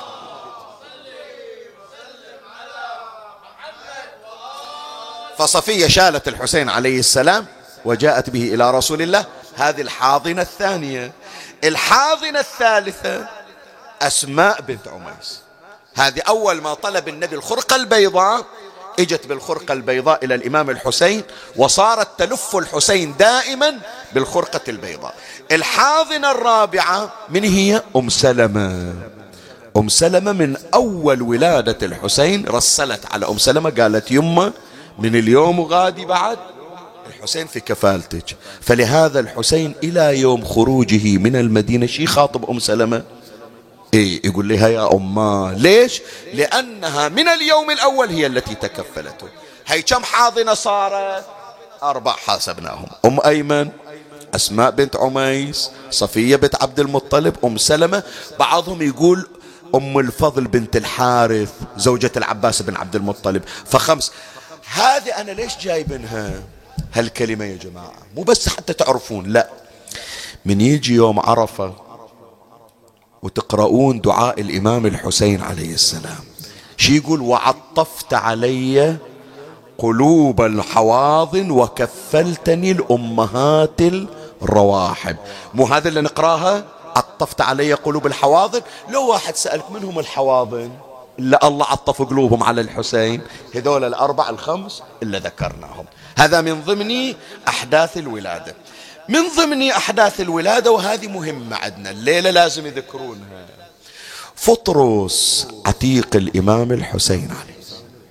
فصفية شالت الحسين عليه السلام وجاءت به إلى رسول الله. هذه الحاضنة الثانية. الحاضنة الثالثة أسماء بنت عميس. هذه أول ما طلب النبي الخرقة البيضاء اجت بالخرقة البيضاء إلى الإمام الحسين، وصارت تلف الحسين دائما بالخرقة البيضاء. الحاضنة الرابعة من هي؟ أم سلمة. أم سلمة من أول ولادة الحسين رسلت على أم سلمة قالت يمه من اليوم وغادي بعد الحسين في كفالتك. فلهذا الحسين إلى يوم خروجه من المدينة شي خاطب أم سلمة، إيه يقول لها يا أمه. ليش؟ لأنها من اليوم الأول هي التي تكفلته. هي كم حاضنة صارت؟ أربع حاسبناهم. أم أيمن، أسماء بنت عميس، صفية بنت عبد المطلب، أم سلمة. بعضهم يقول أم الفضل بنت الحارث زوجة العباس بن عبد المطلب. فخمس. هذه أنا ليش جايبنها هالكلمة يا جماعة؟ مو بس حتى تعرفون، لا، من يجي يوم عرفة وتقرؤون دعاء الإمام الحسين عليه السلام شي يقول؟ وعطفت علي قلوب الحواضن وكفلتني الأمهات الرواحم. مو هذا اللي نقراها؟ عطفت علي قلوب الحواضن. لو واحد سألك من هم الحواضن إلا الله عطف قلوبهم على الحسين، هذول الأربع الخمس اللي ذكرناهم. هذا من ضمن أحداث الولادة. من ضمن أحداث الولادة، وهذه مهمة عندنا الليلة لازم يذكرونها، فطرس عتيق الإمام الحسين عليه.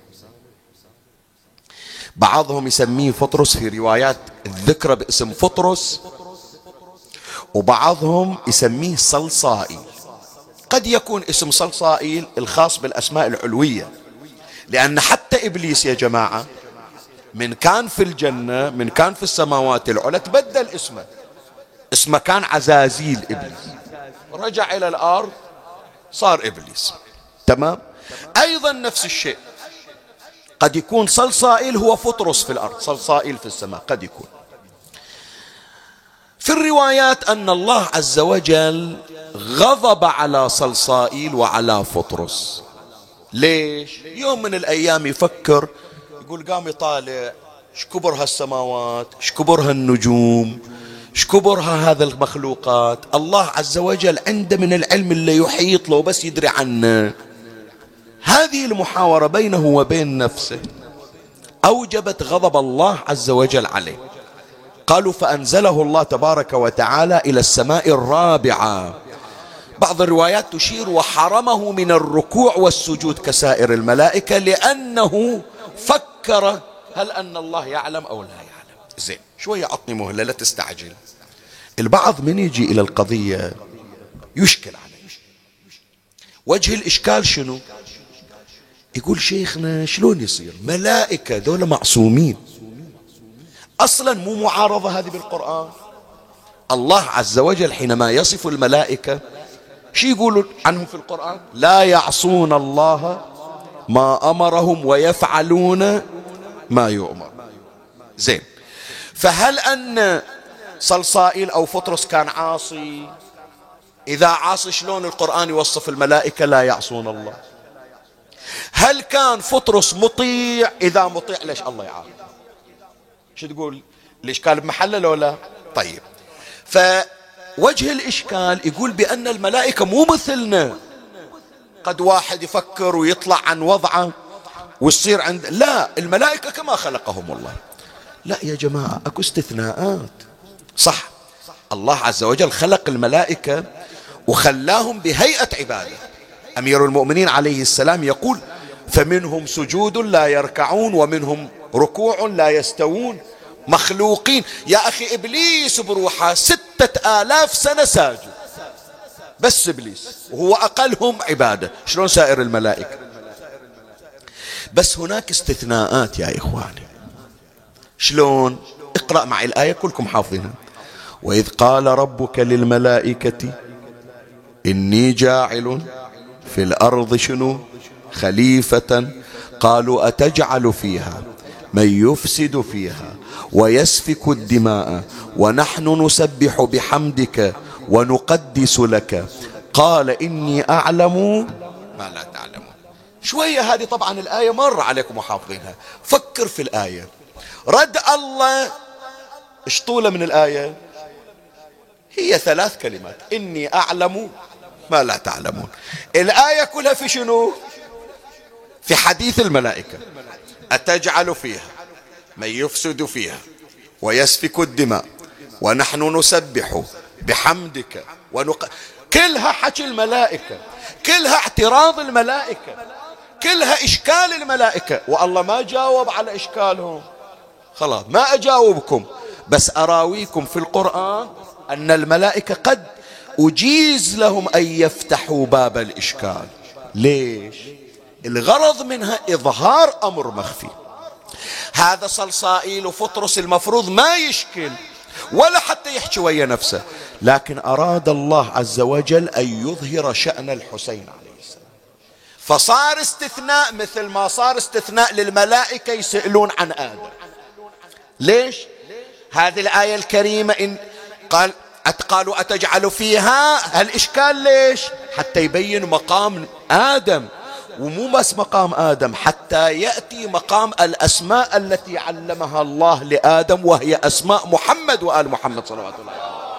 بعضهم يسميه فطرس في روايات الذكرى باسم فطرس، وبعضهم يسميه صلصائيل. قد يكون اسم صلصائيل الخاص بالأسماء العلوية، لأن حتى إبليس يا جماعة من كان في الجنة، من كان في السماوات العلى، تبدل اسمه. اسمه كان عزازيل إبليس، رجع إلى الأرض صار إبليس. تمام. أيضا نفس الشيء، قد يكون صلصائيل هو فطرس في الأرض، صلصائيل في السماء، قد يكون. في الروايات أن الله عز وجل غضب على صلصائيل وعلى فطرس. ليش؟ يوم من الأيام يفكر، يقول قام يطالع شكبر هالسماوات، شكبر هالنجوم، شكبرها هذا المخلوقات. الله عز وجل عنده من العلم اللي يحيط له بس يدري عنه. هذه المحاورة بينه وبين نفسه أوجبت غضب الله عز وجل عليه. قالوا فأنزله الله تبارك وتعالى إلى السماء الرابعة. بعض الروايات تشير وحرمه من الركوع والسجود كسائر الملائكة، لأنه فكر هل أن الله يعلم أو لا يعلم. زين، شوية عطني مهلة لا تستعجل. البعض من يجي إلى القضية يشكل عليه. وجه الإشكال شنو؟ يقول شيخنا شلون يصير ملائكة دول معصومين؟ أصلا مو معارضة هذه بالقرآن. الله عز وجل حينما يصف الملائكة شو يقولوا عنهم في القرآن؟ لا يعصون الله ما أمرهم ويفعلون ما يؤمر. زين، فهل أن صلصائيل أو فطرس كان عاصي؟ إذا عاصي شلون القرآن يوصف الملائكة لا يعصون الله؟ هل كان فطرس مطيع؟ إذا مطيع ليش الله يعاقب؟ شو تقول؟ الإشكال بمحله لو لا؟ طيب، فوجه الإشكال يقول بأن الملائكة مو مثلنا. قد واحد يفكر ويطلع عن وضعه ويصير عند، لا، الملائكة كما خلقهم الله. لا يا جماعة، أكو استثناءات. صح، الله عز وجل خلق الملائكة وخلاهم بهيئة عبادة. أمير المؤمنين عليه السلام يقول فمنهم سجود لا يركعون ومنهم ركوع لا يستوون. مخلوقين يا أخي. إبليس بروحه ستة آلاف سنة ساجد، بس إبليس وهو أقلهم عبادة. شلون سائر الملائكة؟ بس هناك استثناءات يا إخواني. شلون؟ اقرأ معي الآية كلكم حافظينها. وإذ قال ربك للملائكة إني جاعل في الأرض شنو؟ خليفة قالوا أتجعل فيها من يفسد فيها ويسفك الدماء ونحن نسبح بحمدك ونقدس لك قال إني أعلم ما لا تعلمون. شوية هذه طبعا الآية مر عليكم وحافظينها. فكر في الآية. رد الله ايش طولة من الآية؟ هي ثلاث كلمات: إني أعلم ما لا تعلمون. الآية كلها في شنو؟ في حديث الملائكة. أتجعل فيها من يفسد فيها ويسفك الدماء ونحن نسبح بحمدك ونق... كلها حكي الملائكة، كلها اعتراض الملائكة، كلها إشكال الملائكة، والله ما جاوب على إشكالهم. خلاص ما أجاوبكم، بس أراويكم في القرآن أن الملائكة قد أجيز لهم أن يفتحوا باب الإشكال. ليش؟ الغرض منها إظهار أمر مخفي. هذا صلصائيل وفطرس المفروض ما يشكل ولا حتى يحكي ويا نفسه، لكن أراد الله عز وجل أن يظهر شأن الحسين عليه السلام، فصار استثناء مثل ما صار استثناء للملائكة يسألون عن آدم. ليش؟ هذه الآية الكريمة إن قال قالوا أتجعل فيها هالإشكال. ليش؟ حتى يبين مقام آدم، ومو بس مقام آدم، حتى يأتي مقام الأسماء التي علمها الله لآدم، وهي أسماء محمد وآل محمد صلوات الله عليه وسلم.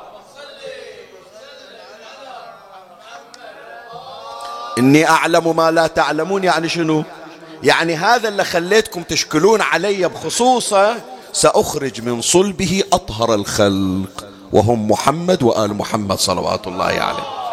إني أعلم ما لا تعلمون. يعني شنو؟ يعني هذا اللي خليتكم تشكلون علي بخصوصه سأخرج من صلبه أطهر الخلق وهم محمد وآل محمد صلوات الله عليه.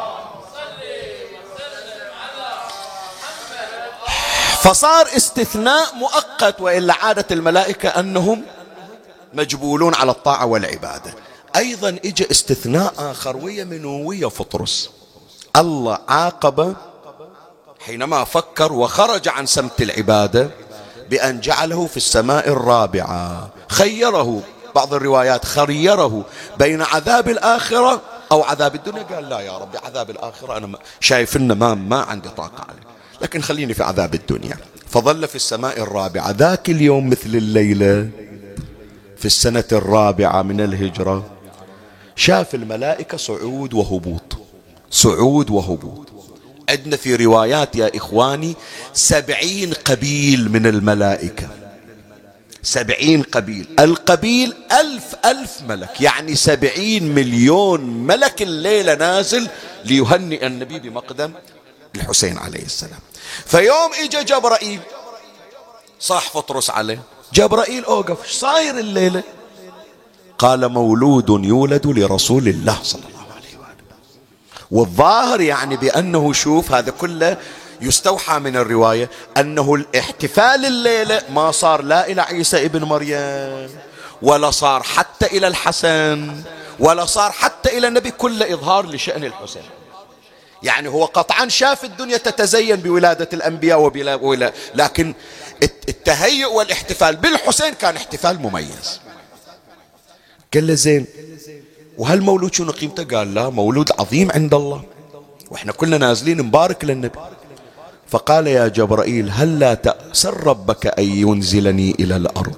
فصار استثناء مؤقت، وإلا عادة الملائكة أنهم مجبولون على الطاعة والعبادة. أيضا إجا استثناء آخر ويا منو؟ ويا فطرس. الله عاقب حينما فكر وخرج عن سمت العبادة بأن جعله في السماء الرابعة. خيره، بعض الروايات خيره بين عذاب الآخرة أو عذاب الدنيا. قال لا يا ربي، عذاب الآخرة أنا شايف إن ما, ما عندي طاقة عليه، لكن خليني في عذاب الدنيا. فظل في السماء الرابعة. ذاك اليوم مثل الليلة في السنة الرابعة من الهجرة شاف الملائكة صعود وهبوط، صعود وهبوط. عندنا في روايات يا إخواني سبعين قبيل من الملائكة، سبعين قبيل. القبيل ألف ألف ملك، يعني سبعين مليون ملك الليلة نازل ليهنئ النبي بمقدم الحسين عليه السلام. فيوم إجا جبرائيل صاح فطرس عليه. جبرائيل أوقف، ايش صاير الليلة؟ قال مولود يولد لرسول الله صلى الله عليه وآله. والظاهر يعني بأنه شوف هذا كله يستوحى من الرواية أنه الاحتفال الليلة ما صار لا إلى عيسى ابن مريم ولا صار حتى إلى الحسن ولا صار حتى إلى النبي، كله إظهار لشأن الحسين. يعني هو قطعا شاف الدنيا تتزين بولادة الأنبياء وبلا، لكن التهيؤ والاحتفال بالحسين كان احتفال مميز. قال له زين، وهالمولود شنو قيمته؟ قال لا، مولود عظيم عند الله، واحنا كلنا نازلين مبارك للنبي. فقال يا جبرائيل هل لا تأسر ربك أن ينزلني إلى الأرض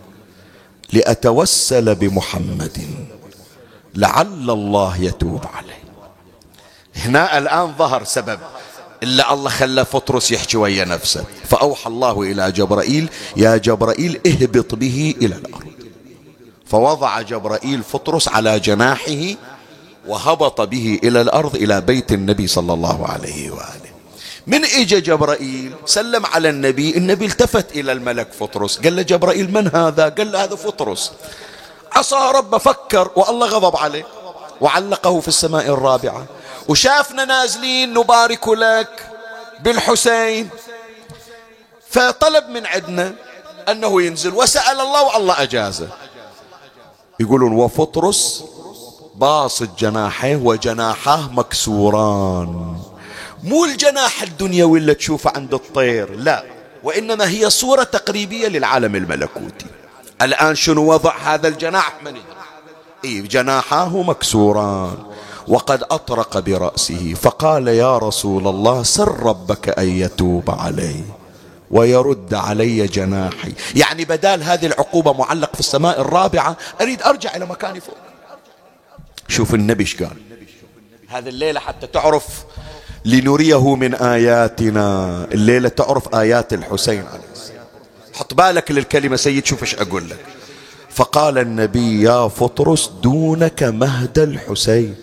لأتوسل بمحمد لعل الله يتوب عليه. هنا الآن ظهر سبب إلا الله خلى فطرس يحكي ويا نفسه. فأوحى الله إلى جبرائيل يا جبرائيل اهبط به إلى الأرض. فوضع جبرائيل فطرس على جناحه وهبط به إلى الأرض إلى بيت النبي صلى الله عليه وآله. من إجا جبرائيل سلم على النبي، النبي التفت إلى الملك فطرس قال له جبرائيل من هذا؟ قال له هذا فطرس عصى ربه، فكر والله غضب عليه وعلقه في السماء الرابعة، وشافنا نازلين نبارك لك بالحسين، فطلب من عندنا أنه ينزل وسأل الله والله أجازه. يقولون وفطرس باسط جناحيه وجناحاه مكسوران. مو الجناح الدنيوي اللي تشوفه عند الطير، لا، وإنما هي صورة تقريبية للعالم الملكوتي. الآن شنو وضع هذا الجناح؟ من إيه؟ جناحاه مكسوران، وقد أطرق برأسه فقال يا رسول الله سل ربك أن يتوب علي ويرد علي جناحي. يعني بدال هذه العقوبة معلق في السماء الرابعة، أريد أرجع إلى مكاني فوق. شوف النبي ايش قال هذه الليلة حتى تعرف، لنريه من آياتنا. الليلة تعرف آيات الحسين عليه السلام. حط بالك للكلمة سيد، شوف ايش أقول لك. فقال النبي يا فطرس دونك مهد الحسين.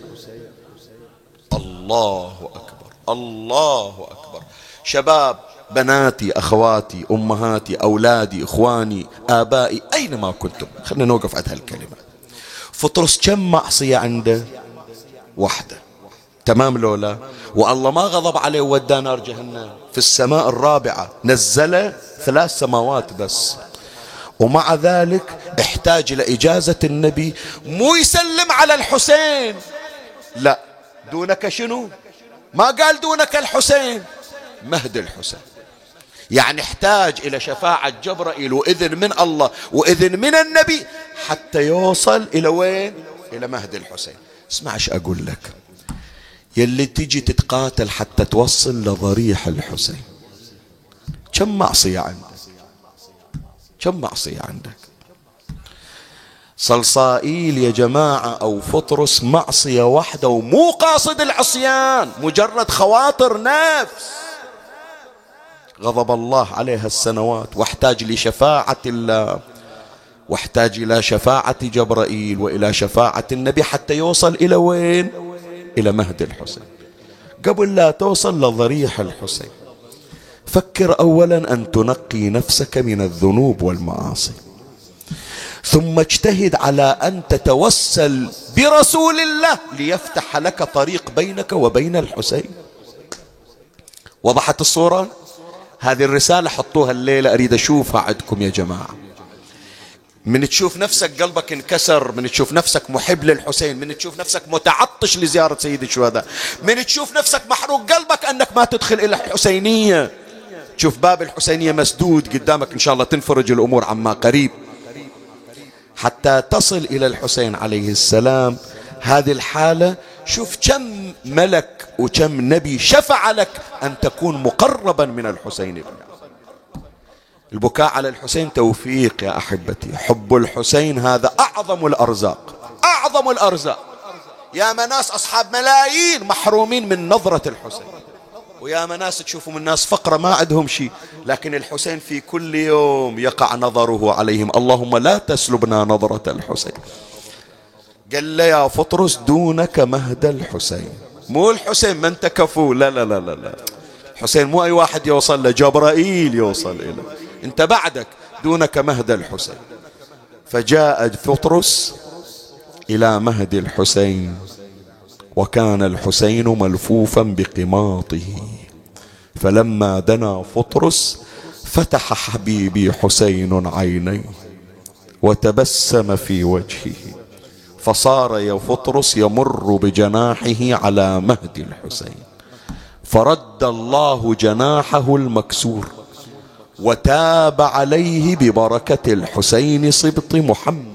الله أكبر، الله أكبر. شباب، بناتي، أخواتي، أمهاتي، أولادي، إخواني، آبائي، أينما كنتم، خلنا نوقف عند هالكلمة. فطرس كم معصية عنده؟ واحدة، تمام لولا؟ والله ما غضب عليه ووداه نار جهنم. في السماء الرابعة نزل ثلاث سماوات بس، ومع ذلك احتاج إلى إجازة النبي. مو يسلم على الحسين، لا، دونك شنو؟ ما قال دونك الحسين، مهد الحسين. يعني احتاج إلى شفاعة جبرائيل وإذن من الله وإذن من النبي حتى يوصل إلى وين؟ إلى مهد الحسين. اسمع ايش أقول لك، يلي تجي تتقاتل حتى توصل لضريح الحسين، كم معصية عندك؟ كم معصية عندك؟ صلصائيل يا جماعة أو فطرس معصية واحدة، ومو قاصد العصيان، مجرد خواطر نفس، غضب الله عليها السنوات، واحتاج لشفاعة الله، واحتاج إلى شفاعة جبرائيل وإلى شفاعة النبي حتى يوصل إلى وين؟ إلى مهد الحسين. قبل لا توصل لضريح الحسين، فكر أولا أن تنقي نفسك من الذنوب والمعاصي، ثم اجتهد على أن تتوسل برسول الله ليفتح لك طريق بينك وبين الحسين. وضحت الصورة؟ هذه الرسالة حطوها الليلة، أريد أشوفها عندكم يا جماعة. من تشوف نفسك قلبك انكسر، من تشوف نفسك محب للحسين، من تشوف نفسك متعطش لزيارة سيد الشهداء، من تشوف نفسك محروق قلبك أنك ما تدخل إلى الحسينية، تشوف باب الحسينية مسدود قدامك، إن شاء الله تنفرج الأمور عما قريب حتى تصل إلى الحسين عليه السلام. هذه الحالة شوف كم ملك وكم نبي شفع لك أن تكون مقربا من الحسين بن علي. البكاء على الحسين توفيق يا أحبتي، حب الحسين هذا أعظم الأرزاق، أعظم الأرزاق. يا مناس أصحاب ملايين محرومين من نظرة الحسين، ويا مناس تشوفوا من ناس فقرة ما عندهم شيء، لكن الحسين في كل يوم يقع نظره عليهم. اللهم لا تسلبنا نظرة الحسين. قال له يا فطرس دونك مهد الحسين، مو الحسين من تكفوا، لا لا لا لا لا، الحسين مو أي واحد يوصل له، جبرائيل يوصل إليه، أنت بعدك دونك مهد الحسين. فجاء فطرس إلى مهد الحسين، وكان الحسين ملفوفا بقماطه، فلما دنا فطرس فتح حبيبي حسين عينيه وتبسم في وجهه، فصار يا فطرس يمر بجناحه على مهد الحسين، فرد الله جناحه المكسور وتاب عليه ببركة الحسين صبط محمد.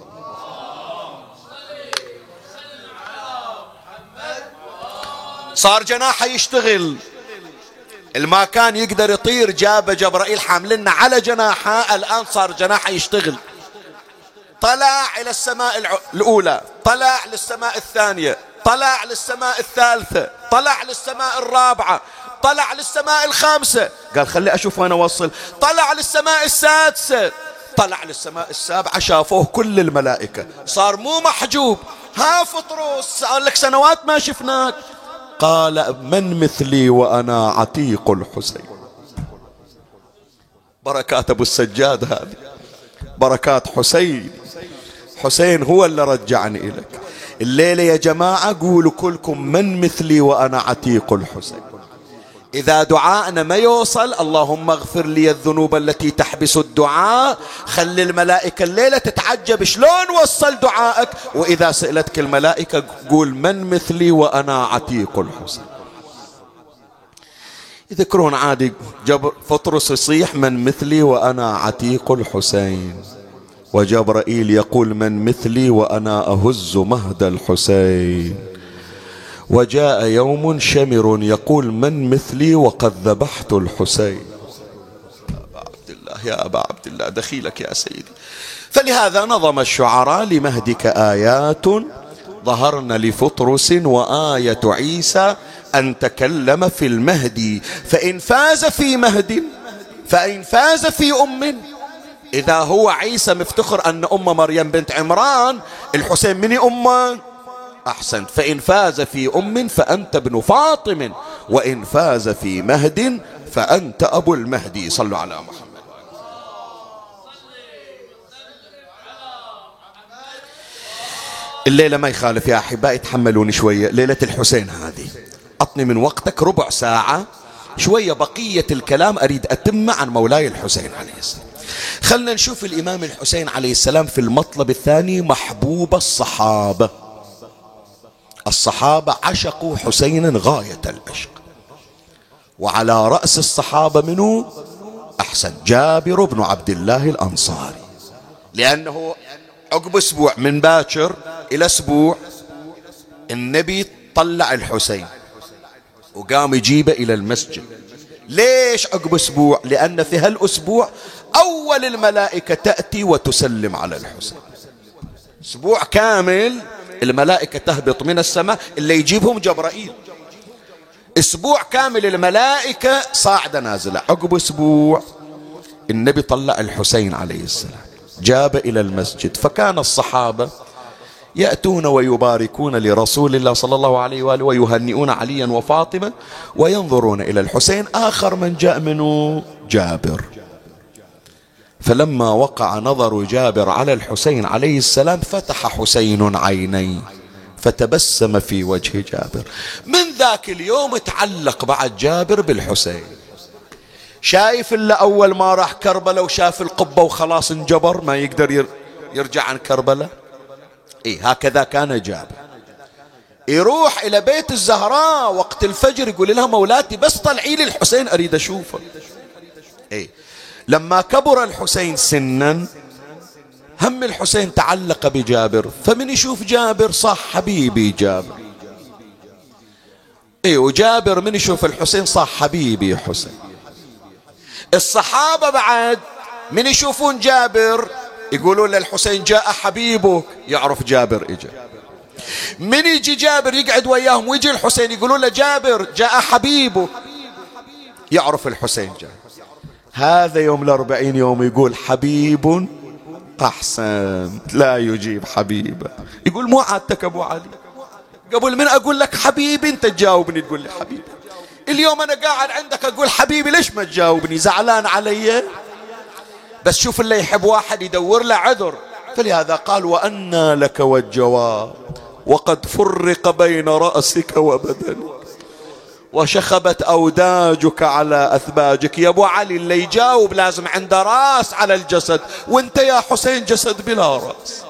صار جناحه يشتغل، الما كان يقدر يطير جاب جبرائيل حاملنا على جناحه، الآن صار جناحه يشتغل. طلع إلى السماء الأولى، طلع للسماء الثانية، طلع للسماء الثالثة، طلع للسماء الرابعة، طلع للسماء الخامسة، قال خلي أشوف وين أوصل، طلع للسماء السادسة، طلع للسماء السابعة، شافوه كل الملائكة، صار مو محجوب. ها فطرس صار لك سنوات ما شفناك، قال من مثلي وأنا عتيق الحسين. بركات أبو السجاد هذه، بركات حسين. حسين هو اللي رجعني إليك الليلة يا جماعة. قولوا كلكم من مثلي وأنا عتيق الحسين. إذا دعاءنا ما يوصل اللهم اغفر لي الذنوب التي تحبس الدعاء، خلي الملائكة الليلة تتعجب شلون وصل دعائك. وإذا سألتك الملائكة قول من مثلي وأنا عتيق الحسين. يذكرون عادي جبر فطرس يصيح من مثلي وأنا عتيق الحسين، وجبرائيل يقول من مثلي وأنا أهز مهد الحسين، وجاء يوم شمر يقول من مثلي وقد ذبحت الحسين. أبا عبد الله يا أبا عبد الله دخيلك يا سيدي. فلهذا نظم الشعراء لمهدك آيات ظهرن لفطرس وآية عيسى أن تكلم في المهدي، فإن فاز في مهد فإن فاز في أم، إذا هو عيسى مفتخر أن أم مريم بنت عمران، الحسين من أمه؟ أحسنت. فإن فاز في أم فأنت ابن فاطم، وإن فاز في مهد فأنت أبو المهدي. صلوا على محمد. الليلة ما يخالف يا أحبائي، تحملوني شوية، ليلة الحسين هذه أعطني من وقتك ربع ساعة شوية، بقية الكلام أريد أتم عن مولاي الحسين عليه السلام. خلنا نشوف الإمام الحسين عليه السلام في المطلب الثاني، محبوب الصحابة. الصحابة عشقوا حسينا غاية العشق، وعلى رأس الصحابة منه أحسن جابر بن عبد الله الأنصاري، لأنه عقب أسبوع من باكر إلى أسبوع النبي طلع الحسين وقام يجيبه إلى المسجد. ليش عقب أسبوع؟ لأن في هالأسبوع أول الملائكة تأتي وتسلم على الحسين. أسبوع كامل الملائكة تهبط من السماء، اللي يجيبهم جبرائيل. أسبوع كامل الملائكة صاعدة نازلة. عقب أسبوع النبي طلع الحسين عليه السلام جاب إلى المسجد، فكان الصحابة يأتون ويباركون لرسول الله صلى الله عليه وآله ويهنئون عليا وفاطمة وينظرون إلى الحسين. آخر من جاء منه جابر، فلما وقع نظر جابر على الحسين عليه السلام فتح حسين عينيه فتبسم في وجه جابر. من ذاك اليوم تعلق بعد جابر بالحسين. شايف إلا أول ما راح كربلاء وشاف القبة وخلاص انجبر ما يقدر يرجع عن كربلاء. إيه هكذا كان جابر، يروح إلى بيت الزهراء وقت الفجر يقول لها مولاتي بس طلعي لي الحسين أريد أشوفه. إيه لما كبر الحسين سنا هم الحسين تعلق بجابر، فمن يشوف جابر صح حبيبي جابر. إيه وجابر من يشوف الحسين صح حبيبي حسين. الصحابة بعد من يشوفون جابر يقولون للحسين جاء حبيبك، يعرف جابر إجا. من يجي جابر يقعد وياهم ويجي الحسين يقولون له جابر جاء حبيبك، يعرف الحسين جاء. هذا يوم الأربعين يوم يقول حبيب أحسن لا يجيب حبيبه. يقول مو عادتك أبو علي، قبل من أقول لك حبيبي أنت تجاوبني تقول لي حبيبي. اليوم أنا قاعد عندك أقول حبيبي ليش ما تجاوبني؟ زعلان علي؟ بس شوف اللي يحب واحد يدور له عذر. فلهذا قال وأنى لك والجواب وقد فرق بين رأسك وبدنك وشخبت أوداجك على أثباجك. يا أبو علي اللي يجاوب لازم عنده راس على الجسد، وانت يا حسين جسد بلا راس.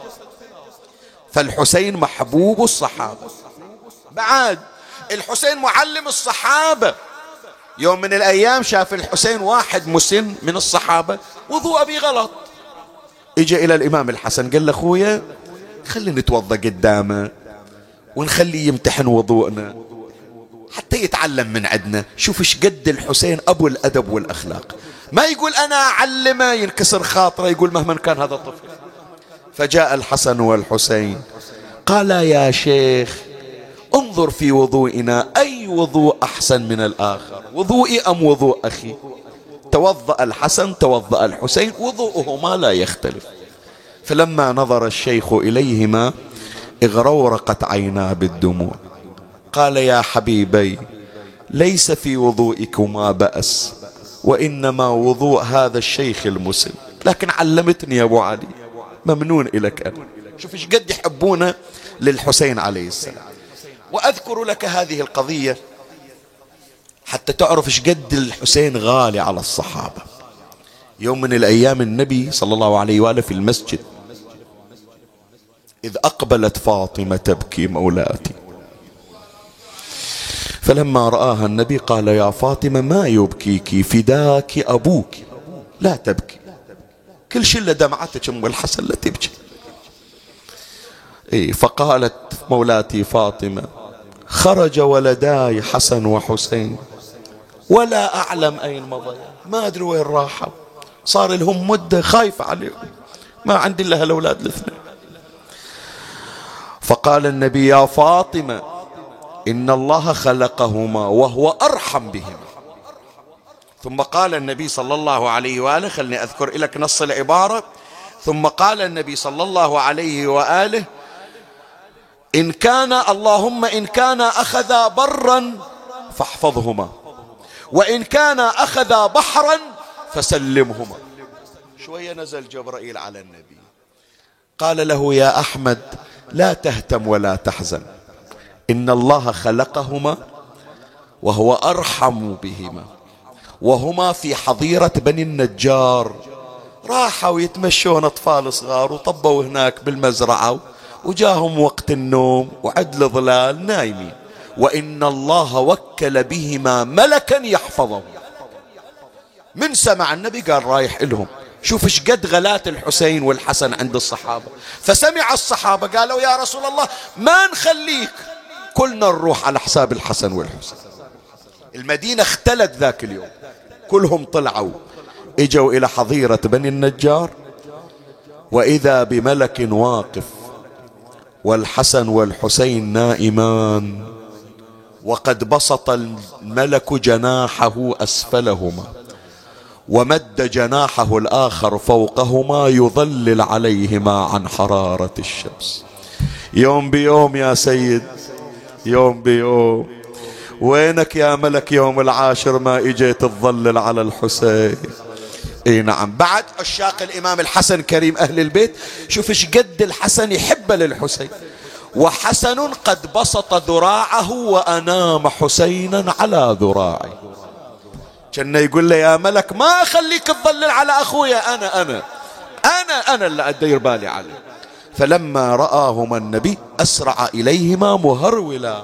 فالحسين محبوب الصحابة. بعد الحسين معلم الصحابة. يوم من الأيام شاف الحسين واحد مسن من الصحابة وضوء أبي غلط، إجا إلى الإمام الحسن قال له أخويا خلي نتوضأ قدامه ونخليه يمتحن وضوءنا حتى يتعلم من عندنا. شوف ايش قد الحسين أبو الأدب والأخلاق، ما يقول أنا أعلمه ينكسر خاطره، يقول مهما كان هذا طفل. فجاء الحسن والحسين قال يا شيخ انظر في وضوئنا أي وضوء أحسن من الآخر، وضوئي أم وضوء أخي؟ توضأ الحسن توضأ الحسين وضوءهما لا يختلف. فلما نظر الشيخ إليهما اغرورقت عيناه بالدموع. قال يا حبيبي ليس في وضوئكما بأس، وإنما وضوء هذا الشيخ المسن، لكن علمتني يا أبو علي ممنون إلك أنا. شوف ايش قد يحبونه للحسين عليه السلام. وأذكر لك هذه القضية حتى تعرف ايش قد الحسين غالي على الصحابة. يوم من الأيام النبي صلى الله عليه وآله في المسجد، إذ أقبلت فاطمة تبكي مولاتي، فلما رآها النبي قال يا فاطمة ما يبكيك، فداك أبوك، لا تبكي. كل شلة دمعتك أم الحسن لا تبكي. إيه فقالت مولاتي فاطمة خرج ولداي حسن وحسين ولا أعلم أين مضيا، ما أدري وين راحوا، صار لهم مدة خايفة عليهم، ما عندي إلا هالأولاد الاثنين. فقال النبي يا فاطمة إن الله خلقهما وهو أرحم بهما. ثم قال النبي صلى الله عليه وآله، خلني أذكر لك نص العبارة، ثم قال النبي صلى الله عليه وآله إن كان اللهم إن كان أخذا برا فاحفظهما، وإن كان أخذا بحرا فسلمهما. شوية نزل جبرائيل على النبي قال له يا أحمد لا تهتم ولا تحزن، إن الله خلقهما وهو أرحم بهما، وهما في حظيرة بني النجار، راحوا يتمشون أطفال صغار وطبوا هناك بالمزرعة، وجاهم وقت النوم وعدل ظلال نايمين، وإن الله وكل بهما ملكا يحفظهم. من سمع النبي قال رايح لهم. شوف ايش قد غلاة الحسين والحسن عند الصحابة. فسمع الصحابة قالوا يا رسول الله ما نخليك، كلنا نروح على حساب الحسن والحسين. المدينة اختلت ذاك اليوم، كلهم طلعوا اجوا إلى حظيرة بني النجار، وإذا بملك واقف والحسن والحسين نائمان، وقد بسط الملك جناحه أسفلهما ومد جناحه الآخر فوقهما يظلل عليهما عن حرارة الشمس. يوم بيوم يا سيد، يوم بيوم. وينك يا ملك يوم العاشر ما اجيت تظلل على الحسين؟ اي نعم. بعد عشاق الامام الحسن كريم اهل البيت، شوف ايش قد الحسن يحب للحسين. وحسن قد بسط ذراعه وانام حسينا على ذراعي، كان يقول له يا ملك ما اخليك تظلل على اخويا، انا انا انا انا اللي ادير بالي عليه. فلما راهما النبي اسرع اليهما مهرولا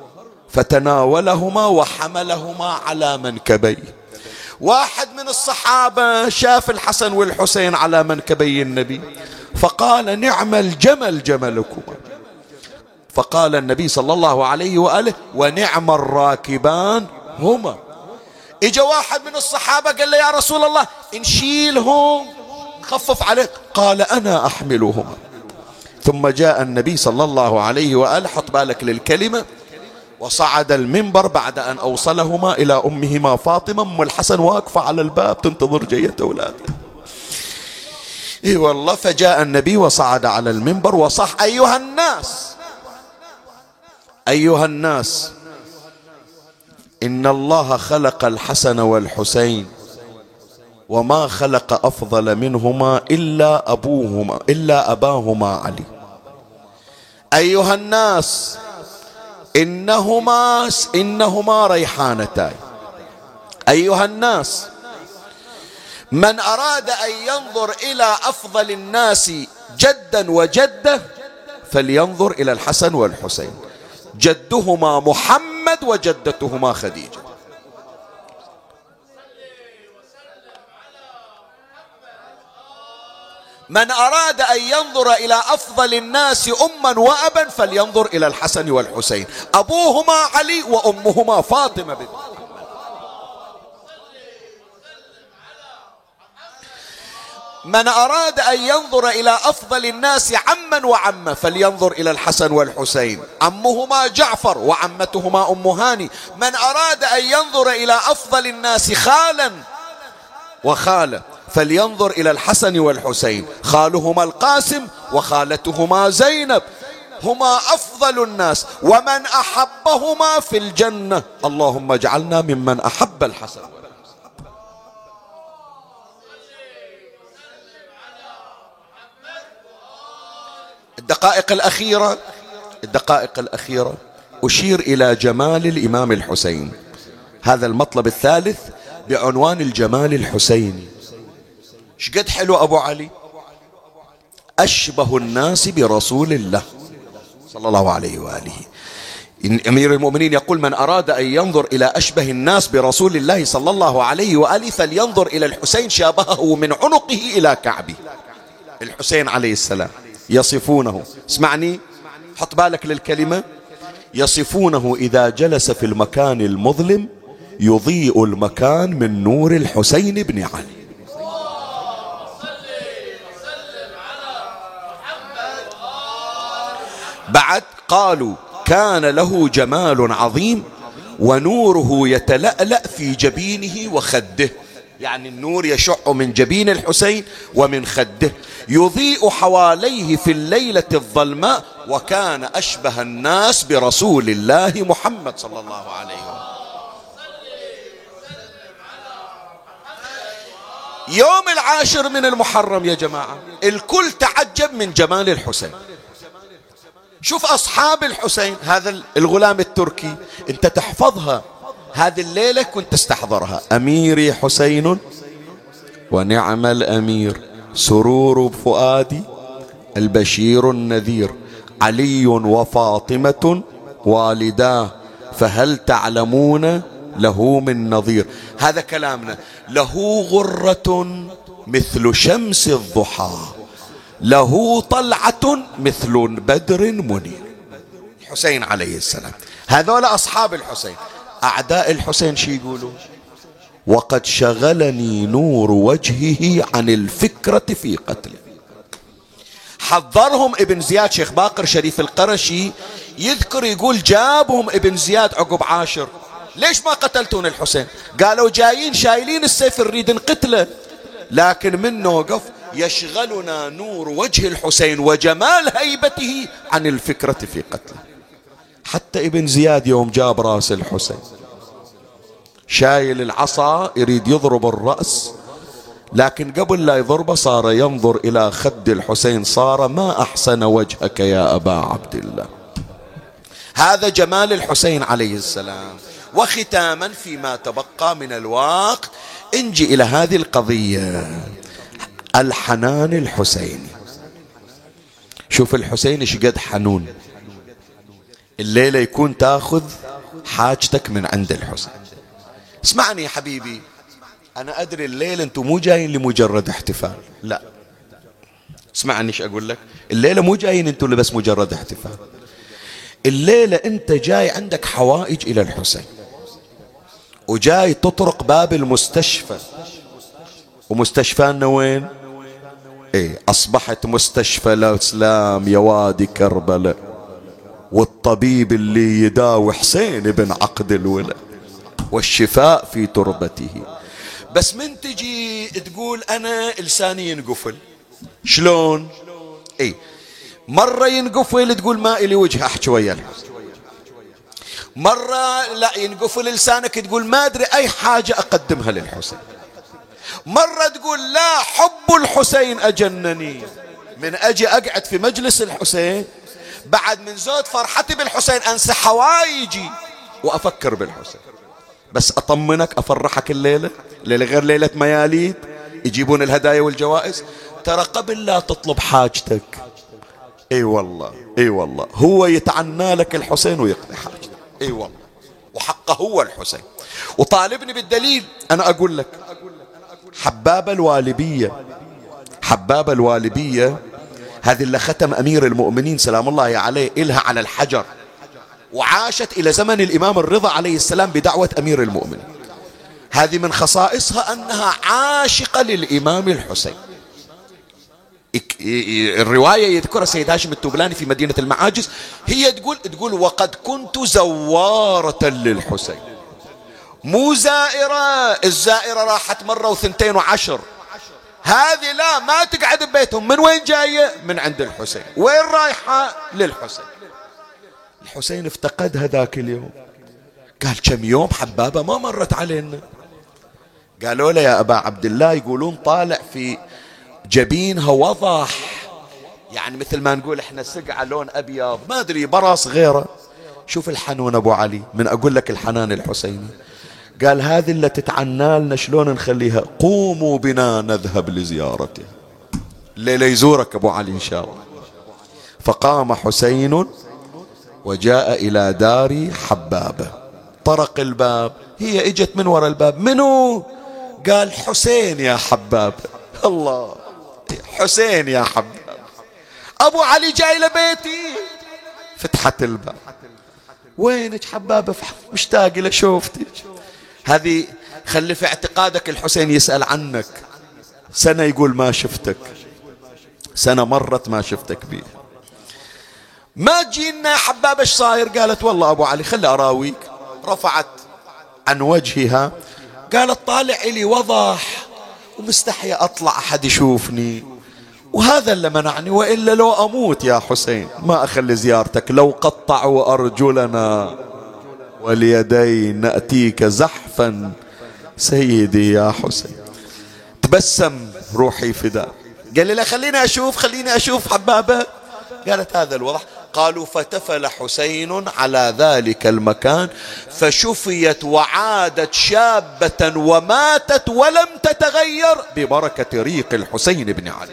فتناولهما وحملهما على منكبيه. واحد من الصحابة شاف الحسن والحسين على منكبي النبي فقال نعم الجمل جملكما. فقال النبي صلى الله عليه وآله ونعم الراكبان هما. اجا واحد من الصحابة قال له يا رسول الله نشيلهم نخفف عليك، قال أنا أحملهما. ثم جاء النبي صلى الله عليه وآله، حط بالك للكلمة، وصعد المنبر بعد أن أوصلهما إلى أمهما فاطمة. أم الحسن واقفة على الباب تنتظر جية أولادها. إيه والله. فجاء النبي وصعد على المنبر وصح أيها الناس أيها الناس إن الله خلق الحسن والحسين وما خلق أفضل منهما إلا أبوهما إلا أباهما علي. أيها الناس إنهما إنهما ريحانتان. أيها الناس من أراد أن ينظر إلى أفضل الناس جدا وجدة فلينظر إلى الحسن والحسين، جدهما محمد وجدتهما خديجة. من أراد أن ينظر إلى أفضل الناس أما وأبا فلينظر إلى الحسن والحسين، أبوهما علي وأمهما فاطمة بنت. من أراد أن ينظر إلى أفضل الناس عما وعمة فلينظر إلى الحسن والحسين، عمهما جعفر وعمتهما أم هاني. من أراد أن ينظر إلى أفضل الناس خالا وخالة فلينظر إلى الحسن والحسين، خالهما القاسم وخالتهما زينب، هما أفضل الناس ومن أحبهما في الجنة. اللهم اجعلنا ممن أحب الحسن. الدقائق الأخيرة الدقائق الأخيرة أشير إلى جمال الإمام الحسين هذا المطلب الثالث بعنوان الجمال الحسيني. شقد حلو أبو علي، أشبه الناس برسول الله صلى الله عليه وآله. أمير المؤمنين يقول: من أراد أن ينظر إلى أشبه الناس برسول الله صلى الله عليه وآله فلينظر إلى الحسين، شابهه من عنقه إلى كعبه. الحسين عليه السلام يصفونه، اسمعني حط بالك للكلمة، يصفونه إذا جلس في المكان المظلم يضيء المكان من نور الحسين بن علي. بعد قالوا: كان له جمال عظيم ونوره يتلألأ في جبينه وخده، يعني النور يشع من جبين الحسين ومن خده، يضيء حواليه في الليلة الظلماء، وكان أشبه الناس برسول الله محمد صلى الله عليه وسلم. يوم العاشر من المحرم يا جماعة الكل تعجب من جمال الحسين. شوف أصحاب الحسين، هذا الغلام التركي أنت تحفظها هذه الليلة كنت تستحضرها: أميري حسين ونعم الأمير، سرور فؤادي البشير النذير، علي وفاطمة والداه، فهل تعلمون له من نظير. هذا كلامنا. له غرة مثل شمس الضحى، له طلعة مثل بدر منير. الحسين عليه السلام. هذول أصحاب الحسين. أعداء الحسين شي يقولوا؟ وقد شغلني نور وجهه عن الفكرة في قتله. حضرهم ابن زياد، شيخ باقر شريف القرشي يذكر يقول: جابهم ابن زياد عقب عاشر، ليش ما قتلتون الحسين؟ قالوا: جايين شايلين السيف نريد نقتله، لكن من نوقف يشغلنا نور وجه الحسين وجمال هيبته عن الفكرة في قتله. حتى ابن زياد يوم جاب راس الحسين شايل العصا يريد يضرب الرأس، لكن قبل لا يضربه صار ينظر إلى خد الحسين، صار: ما أحسن وجهك يا أبا عبد الله. هذا جمال الحسين عليه السلام. وختاما فيما تبقى من الوقت انجي إلى هذه القضية، الحنان الحسيني. شوف الحسين ايش قد حنون. الليلة يكون تاخذ حاجتك من عند الحسين. اسمعني يا حبيبي، أنا أدري الليلة أنتم مو جايين لمجرد احتفال، لا، اسمعني ايش أقول لك. الليلة مو جايين أنتم بس مجرد احتفال، الليلة أنت جاي عندك حوائج إلى الحسين، وجاي تطرق باب المستشفى. ومستشفانا وين؟ ايه، أصبحت مستشفى الإسلام يا وادي كربلاء، والطبيب اللي يداوي حسين بن عقد الولد، والشفاء في تربته. بس من تجي تقول أنا لساني ينقفل، شلون؟ ايه، مرة ينقفل تقول ما إلي وجه أحكي ويا الحسين، مرة لا ينقفل لسانك تقول ما أدري أي حاجة أقدمها للحسين، مرة تقول لا حب الحسين أجنني، من أجي أقعد في مجلس الحسين بعد من زود فرحتي بالحسين أنسى حوايجي وأفكر بالحسين. بس أطمنك أفرحك الليلة، ليلة غير ليلة مياليد يجيبون الهدايا والجوائز، ترى قبل لا تطلب حاجتك اي والله اي والله هو يتعنى لك الحسين ويقضي حاجتك. اي والله، وحقه هو الحسين. وطالبني بالدليل، أنا أقول لك حبابة الوالبية، حبابة الوالبية هذه اللي ختم أمير المؤمنين سلام الله عليه إلها على الحجر، وعاشت إلى زمن الإمام الرضا عليه السلام بدعوة أمير المؤمنين. هذه من خصائصها أنها عاشقة للإمام الحسين. الرواية يذكرها سيد هاشم التوبلاني في مدينة المعاجز، هي تقول تقول وقد كنت زوارة للحسين، مو زائرة. الزائرة راحت مرة وثنتين وعشر، هذه لا، ما تقعد ببيتهم. من وين جاية؟ من عند الحسين. وين رايحة؟ للحسين. الحسين افتقدها ذاك اليوم، قال كم يوم حبابة ما مرت علينا. قالوا له يا أبا عبد الله، يقولون طالع في جبينها وضح، يعني مثل ما نقول احنا سقعة لون أبيض، ما أدري برص غيره. شوف الحنون أبو علي، من أقول لك الحنان الحسيني. قال هذه اللي تتعنى لنا شلون نخليها؟ قوموا بنا نذهب لزيارته، الليلة يزورك أبو علي إن شاء الله. فقام حسين وجاء إلى دار حبابة، طرق الباب، هي اجت من وراء الباب، منو؟ قال حسين يا حبابة. الله، حسين يا حبابة، أبو علي جاي لبيتي. فتحت الباب، وينك حبابة؟ مشتاق لشوفتك. هذه خلي في اعتقادك الحسين يسأل عنك، سنة يقول ما شفتك، سنة مرت ما شفتك بيه. ما جينا حبابة ايش صاير؟ قالت والله أبو علي خلي أراويك. رفعت عن وجهها قالت طالع إلي وضح ومستحية أطلع أحد يشوفني، وهذا اللي منعني، وإلا لو أموت يا حسين ما أخلي زيارتك. لو قطعوا أرجلنا واليدين نأتيك زحفا سيدي يا حسين. تبسم روحي فداء. قال لي لا خليني أشوف، خليني أشوف حبابة. قالت هذا الوضح. قالوا فتفل حسين على ذلك المكان فشفيت وعادت شابة وماتت ولم تتغير ببركة ريق الحسين بن علي.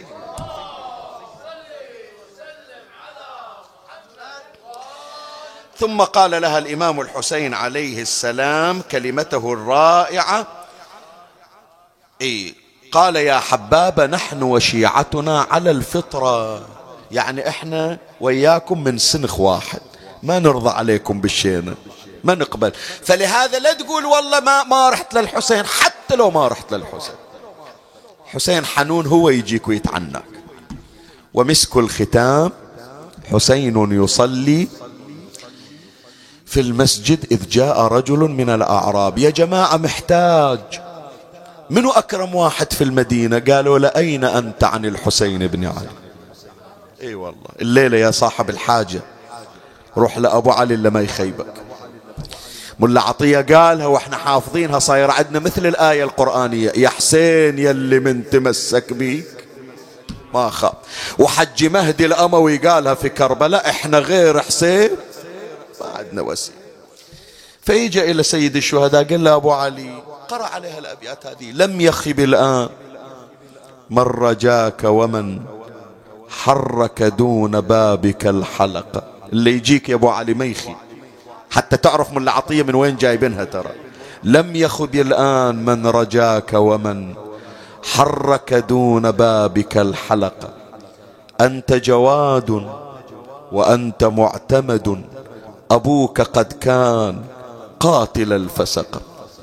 ثم قال لها الإمام الحسين عليه السلام كلمته الرائعة، إيه قال يا حبابة نحن وشيعتنا على الفطرة، يعني احنا وياكم من سنخ واحد، ما نرضى عليكم بالشينة، ما نقبل. فلهذا لا تقول والله ما ما رحت للحسين، حتى لو ما رحت للحسين، حسين حنون هو يجيك ويتعناك. ومسك الختام حسين يصلي في المسجد إذ جاء رجل من الأعراب. يا جماعة محتاج، منو أكرم واحد في المدينة؟ قالوا لأين أنت عن الحسين بن علي؟ اي والله الليلة يا صاحب الحاجة روح لأبو علي اللي ما يخيبك. ملا عطية قالها واحنا حافظينها، صاير عندنا مثل الآية القرآنية، يا حسين يلي من تمسك بيك ما خاف. وحج مهدي الأموي قالها في كربلاء، احنا غير حسين ما عندنا وسيل. فيجي إلى سيد الشهداء قال له أبو علي، قرأ عليها الأبيات هذه: لم يخب الآن من رجاك ومن حرك دون بابك الحلقة. اللي يجيك يا أبو علي ما يخي، حتى تعرف ملا عطية من وين جايبينها ترى. لم يخب الآن من رجاك ومن حرك دون بابك الحلقة، أنت جواد وأنت معتمد، أبوك قد كان قاتل الفسقة.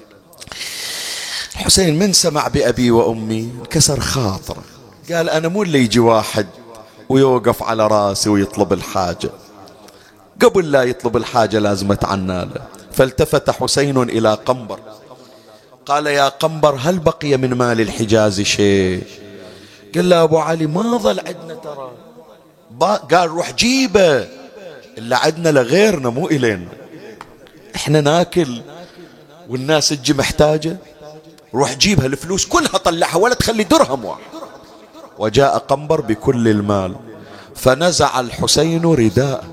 الحسين من سمع بأبي وأمي انكسر خاطره، قال أنا مو اللي يجي واحد ويوقف على راسي ويطلب الحاجة، قبل لا يطلب الحاجة لازم اتعنى له. فالتفت حسين إلى قنبر قال يا قنبر هل بقي من مال الحجاز شيء؟ قال له أبو علي ما ظل عندنا ترى. قال روح جيبه، اللي عندنا لغيرنا مو إلينا، احنا ناكل والناس تجي محتاجة، روح جيبها الفلوس كلها طلعها ولا تخلي درهم واحد. وجاء قنبر بكل المال فنزع الحسين رداءه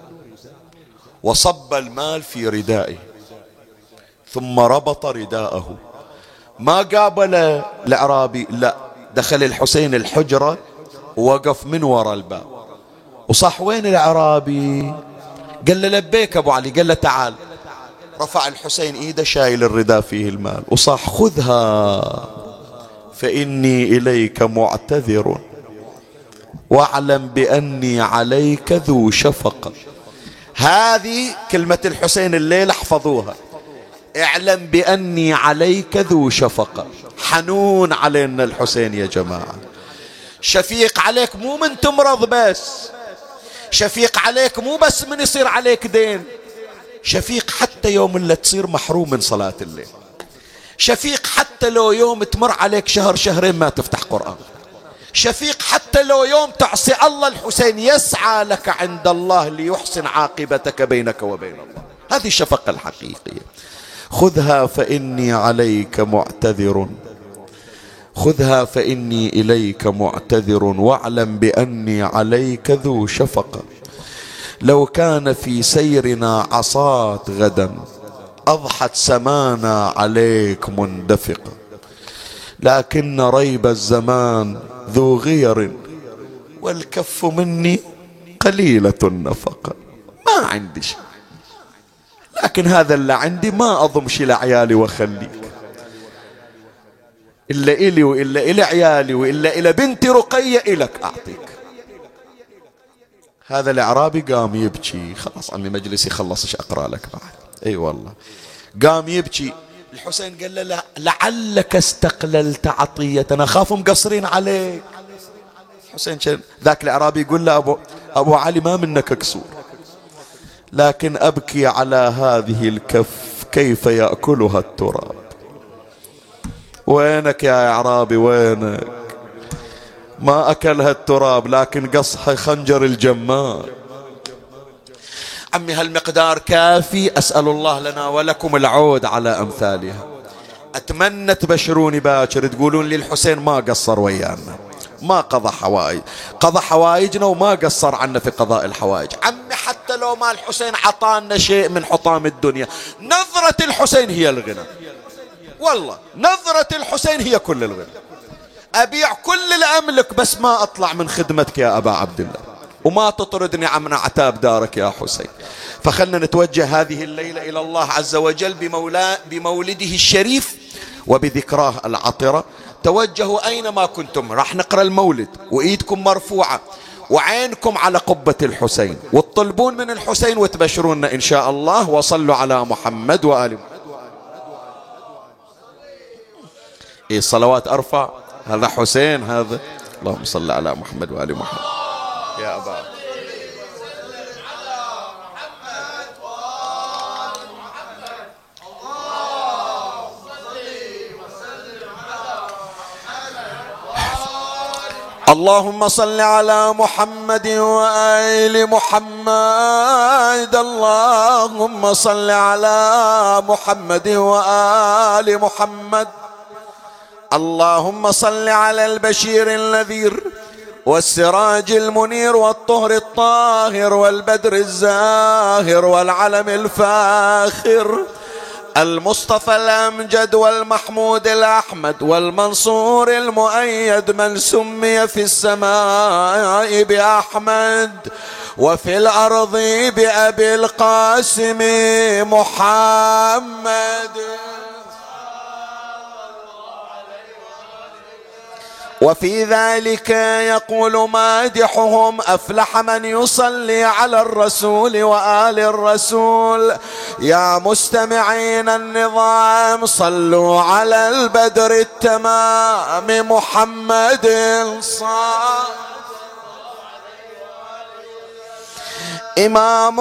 وصب المال في ردائه ثم ربط رداءه. ما قابل الأعرابي، لا، دخل الحسين الحجرة ووقف من وراء الباب. وصح وين الأعرابي؟ قال له لبيك أبو علي. قال له تعال. رفع الحسين إيده شايل الرداء فيه المال وصح خذها فإني إليك معتذر واعلم بأني عليك ذو شفقة. هذه كلمة الحسين الليلة احفظوها، اعلم بأني عليك ذو شفقة. حنون علينا الحسين يا جماعة، شفيق عليك مو من تمرض بس، شفيق عليك مو بس من يصير عليك دين، شفيق حتى يوم اللي تصير محروم من صلاة الليل، شفيق حتى لو يوم تمر عليك شهر شهرين ما تفتح قرآن، شفيق حتى لو يوم تعصي الله. الحسين يسعى لك عند الله ليحسن عاقبتك بينك وبين الله. هذه الشفقة الحقيقية. خذها فإني عليك معتذر، خذها فإني إليك معتذر واعلم بأني عليك ذو شفقة. لو كان في سيرنا عصاة غدا أضحت سمانا عليك مندفقة، لكن ريب الزمان ذو غير، والكف مني قليلة النفقة. ما عندي شيء، لكن هذا اللي عندي ما أضمش لعيالي وأخليك، إلا إلي وإلا إلى عيالي وإلا إلى بنتي رقية إلك أعطيك. هذا الأعرابي قام يبكي. خلاص عمي مجلسي خلصش أقرأ لك بعد. أي أيوة والله. قام يبكي. الحسين قال له لا لعلك استقللت عطيتنا، خاف مقصرين عليك. الحسين ذاك الأعرابي يقول له أبو, أبو علي ما منك كسور، لكن أبكي على هذه الكف كيف يأكلها التراب. وينك يا أعرابي وينك؟ ما أكلها التراب لكن قصها خنجر الجمال. عمي هالمقدار كافي. أسأل الله لنا ولكم العود على أمثالها. أتمنى تبشروني باكر تقولون لي الحسين ما قصر ويانا، ما قضى حوائج، قضى حوائجنا وما قصر عنا في قضاء الحوائج. عمي حتى لو ما الحسين عطانا شيء من حطام الدنيا، نظرة الحسين هي الغنى. والله نظرة الحسين هي كل الغنى. أبيع كل اللي أملك بس ما أطلع من خدمتك يا أبا عبد الله، وما تطردني عن عتاب دارك يا حسين. فخلنا نتوجه هذه الليلة إلى الله عز وجل بمولا بمولده الشريف وبذكراه العطرة. توجهوا أينما كنتم، راح نقرأ المولد وإيدكم مرفوعة وعينكم على قبة الحسين، وتطلبون من الحسين وتبشرونا إن شاء الله. وصلوا على محمد وآل محمد. إيه الصلوات أرفع، هذا حسين هذا. اللهم صل على محمد وآل محمد. يا أبا اللهم صل على محمد وآل محمد. اللهم صل على محمد وآل محمد. اللهم صل على البشير النذير والسراج المنير والطهر الطاهر والبدر الزاهر والعلم الفاخر المصطفى الأمجد والمحمود الأحمد والمنصور المؤيد، من سمي في السماء بأحمد وفي الأرض بأبي القاسم محمد. وفي ذلك يقول مادحهم: أفلح من يصلي على الرسول وآل الرسول. يا مستمعين النظام صلوا على البدر التمام محمد صلى إمام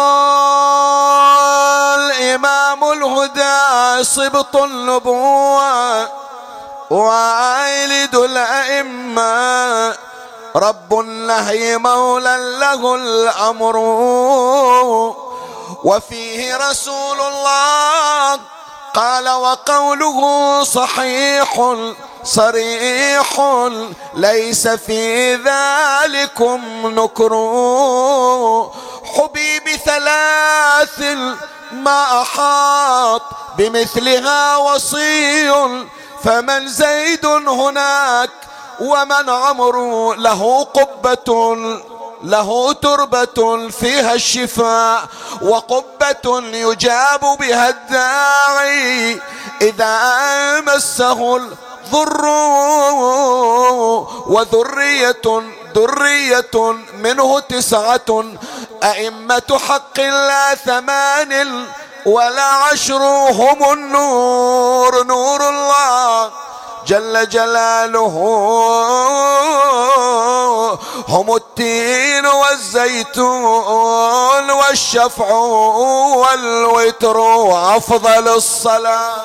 الإمام الهدى صبط النبوة وعائلد الأئمة، رب النهي مولى له الأمر. وفيه رسول الله قال وقوله صحيح صريح، ليس في ذلكم نكر. حبيبي ثلاث ما أحاط بمثلها وصي، فمن زيد هناك ومن عمرو، له قبة له تربة فيها الشفاء، وقبة يجاب بها الداعي إذا مسه الضر، وذرية ذرية منه تسعة، أئمة حق لا ثمان ولا عشر، هم النور نور الله جل جلاله، هم التين والزيتون والشفع والوتر، وأفضل الصلاة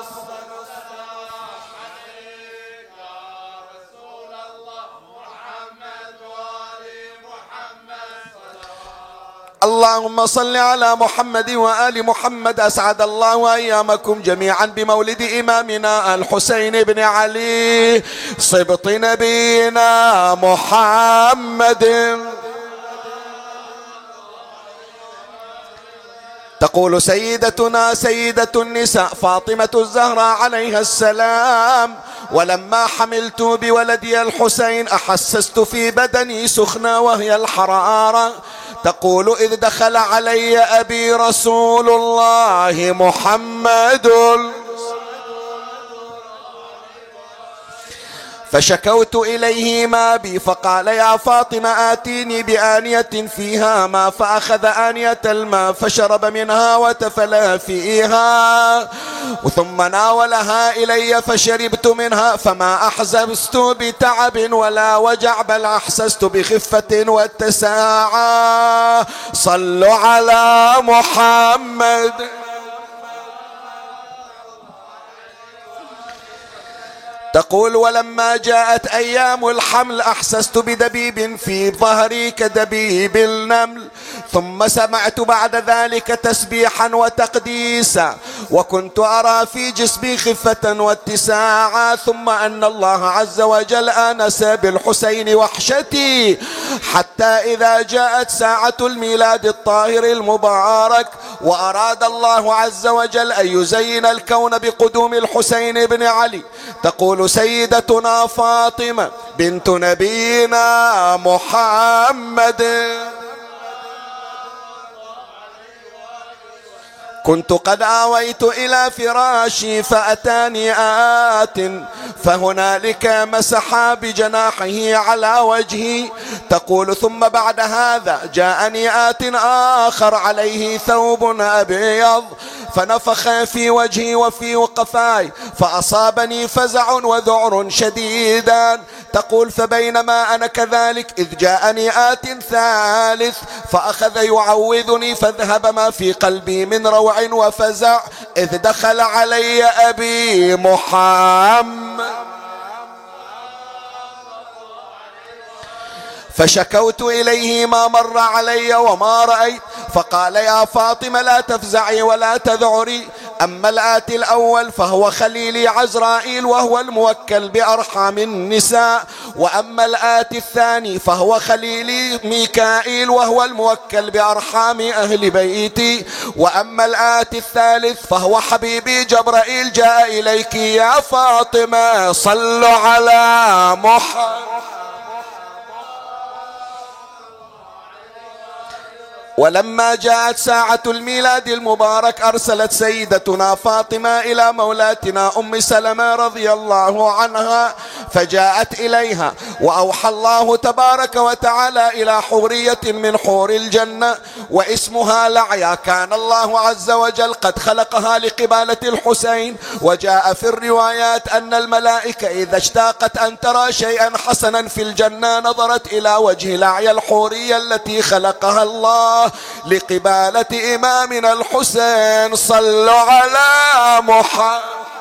اللهم صل على محمد وآل محمد. أسعد الله أيامكم جميعا بمولد إمامنا الحسين بن علي صبط نبينا محمد. تقول سيدتنا سيدة النساء فاطمة الزهراء عليها السلام: ولما حملت بولدي الحسين أحسست في بدني سخنة وهي الحرارة. تقول إذ دخل علي أبي رسول الله محمد فشكوت إليه ما بي، فقال يا فاطمة آتيني بآنية فيها ماء، فأخذ آنية الماء فشرب منها وتفل فيها، ثم ناولها إلي فشربت منها، فما أحسست بتعب ولا وجع، بل أحسست بخفة واتساعة. صلوا على محمد. تقول ولما جاءت أيام الحمل أحسست بدبيب في ظهري كدبيب النمل، ثم سمعت بعد ذلك تسبيحا وتقديسا، وكنت أرى في جسمي خفة واتساعا، ثم أن الله عز وجل آنس بالحسين وحشتي، حتى إذا جاءت ساعة الميلاد الطاهر المبارك وأراد الله عز وجل أن يزين الكون بقدوم الحسين بن علي، تقول سيدتنا فاطمة بنت نبينا محمد: كنت قد آويت إلى فراشي فأتاني آت، فهنالك مسح بجناحه على وجهي. تقول ثم بعد هذا جاءني آت آخر عليه ثوب أبيض، فنفخ في وجهي وفي قفاي، فأصابني فزع وذعر شديدا. تقول فبينما أنا كذلك إذ جاءني آت ثالث فأخذ يعوذني، فذهب ما في قلبي من روع وفزع، إذ دخل علي أبي محمد فشكوت إليه ما مر علي وما رأيت، فقال يا فاطمة لا تفزعي ولا تذعري، أما الآتي الأول فهو خليلي عزرائيل وهو الموكل بأرحام النساء، وأما الآتي الثاني فهو خليلي ميكائيل وهو الموكل بأرحام أهل بيتي، وأما الآتي الثالث فهو حبيبي جبرائيل جاء إليك يا فاطمة. صلوا على محمد. ولما جاءت ساعة الميلاد المبارك أرسلت سيدتنا فاطمة إلى مولاتنا أم سلمة رضي الله عنها، فجاءت إليها وأوحى الله تبارك وتعالى إلى حورية من حور الجنة واسمها لعيا، كان الله عز وجل قد خلقها لقبالة الحسين. وجاء في الروايات أن الملائكة إذا اشتاقت أن ترى شيئا حسنا في الجنة نظرت إلى وجه لعيا الحورية التي خلقها الله لقبالة إمامنا الحسين. صلوا على محمد.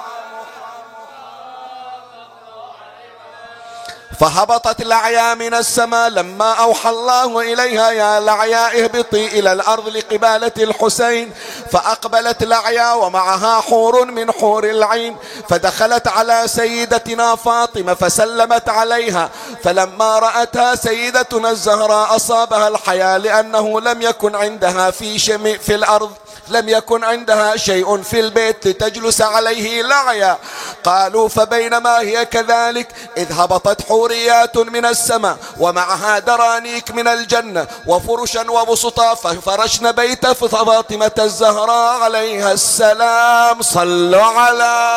فهبطت لعيا من السماء لما أوحى الله إليها يا لعيا اهبطي إلى الأرض لقبالة الحسين، فأقبلت لعيا ومعها حور من حور العين، فدخلت على سيدتنا فاطمة فسلمت عليها، فلما رأتها سيدتنا الزهراء أصابها الحياء، لأنه لم يكن عندها في شيء في الأرض، لم يكن عندها شيء في البيت لتجلس عليه لعيا. قالوا فبينما هي كذلك إذ هبطت حوريات من السماء ومعها درانيك من الجنة وفرشا وبسطا، ففرشن بيت فاطمة الزهراء عليها السلام. صلوا على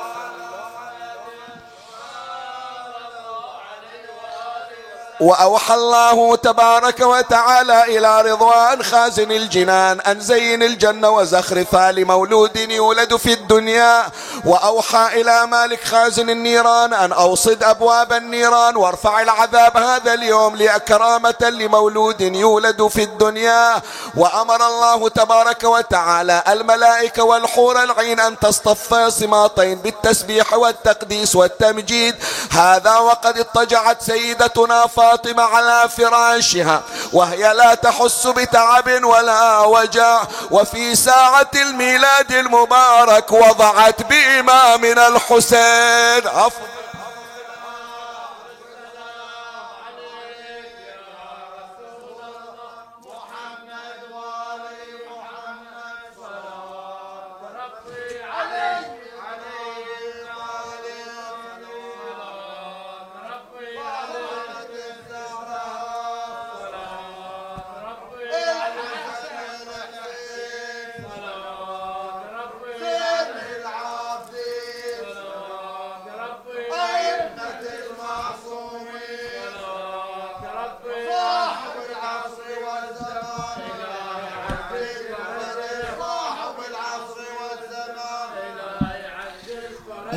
وأوحى الله تبارك وتعالى إلى رضوان خازن الجنان أن زين الجنة وزخرفها لمولود يولد في الدنيا، وأوحى إلى مالك خازن النيران أن أوصد أبواب النيران وارفع العذاب هذا اليوم لكرامة لمولود يولد في الدنيا. وأمر الله تبارك وتعالى الملائكة والحور العين أن تصطف صماطين بالتسبيح والتقديس والتمجيد. هذا وقد اضطجعت سيدتنا فاطمة على فراشها وهي لا تحس بتعب ولا وجع، وفي ساعة الميلاد المبارك وضعت بإمامنا الحسين أفضل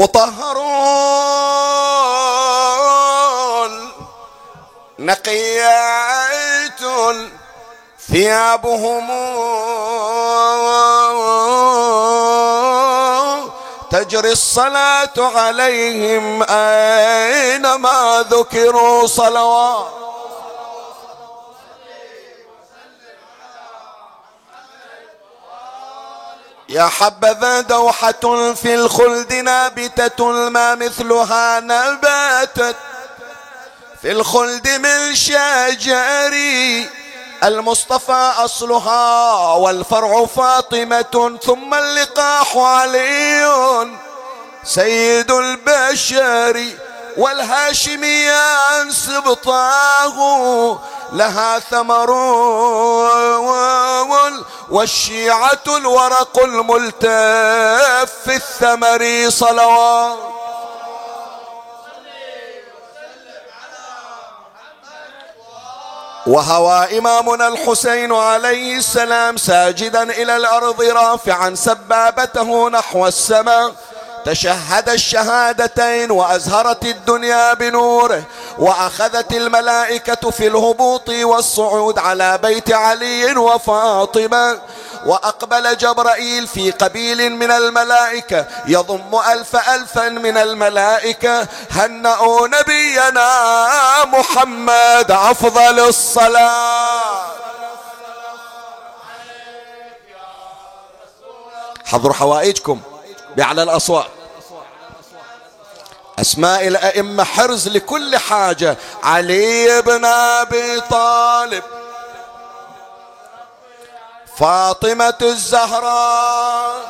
مطهرون نقيات ثيابهم تجري الصلاة عليهم أينما ذكروا صلوات. يا حبذا دوحة في الخلد نابتة ما مثلها نباتت في الخلد من شجر المصطفى أصلها والفرع فاطمة ثم اللقاح علي سيد البشر والهاشميان سبطاه لها ثمر والشيعة الورق الملتف في الثمر صلوات. وهوى إمامنا الحسين عليه السلام ساجدا إلى الأرض رافعا سبابته نحو السماء تشهد الشهادتين وأزهرت الدنيا بنوره وأخذت الملائكة في الهبوط والصعود على بيت علي وفاطمة وأقبل جبرائيل في قبيل من الملائكة يضم ألف ألفا من الملائكة هنأوا نبينا محمد أفضل الصلاة. حضروا حوائجكم بأعلى الأصوات. أسماء الأئمة حرز لكل حاجة. علي بن أبي طالب، فاطمة الزهراء،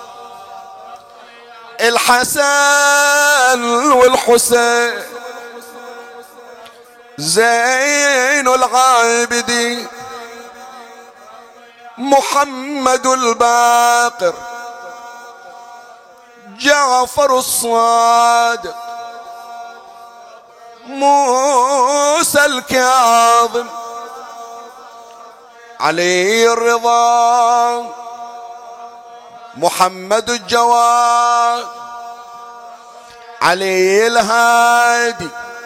الحسن والحسين، زين العابدين، محمد الباقر، جعفر الصادق، موسى الكاظم، علي الرضا، محمد الجواد، علي الهادي،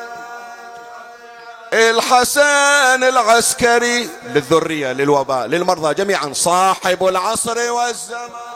الحسن العسكري، للذرية للوباء للمرضى جميعا، صاحب العصر والزمان.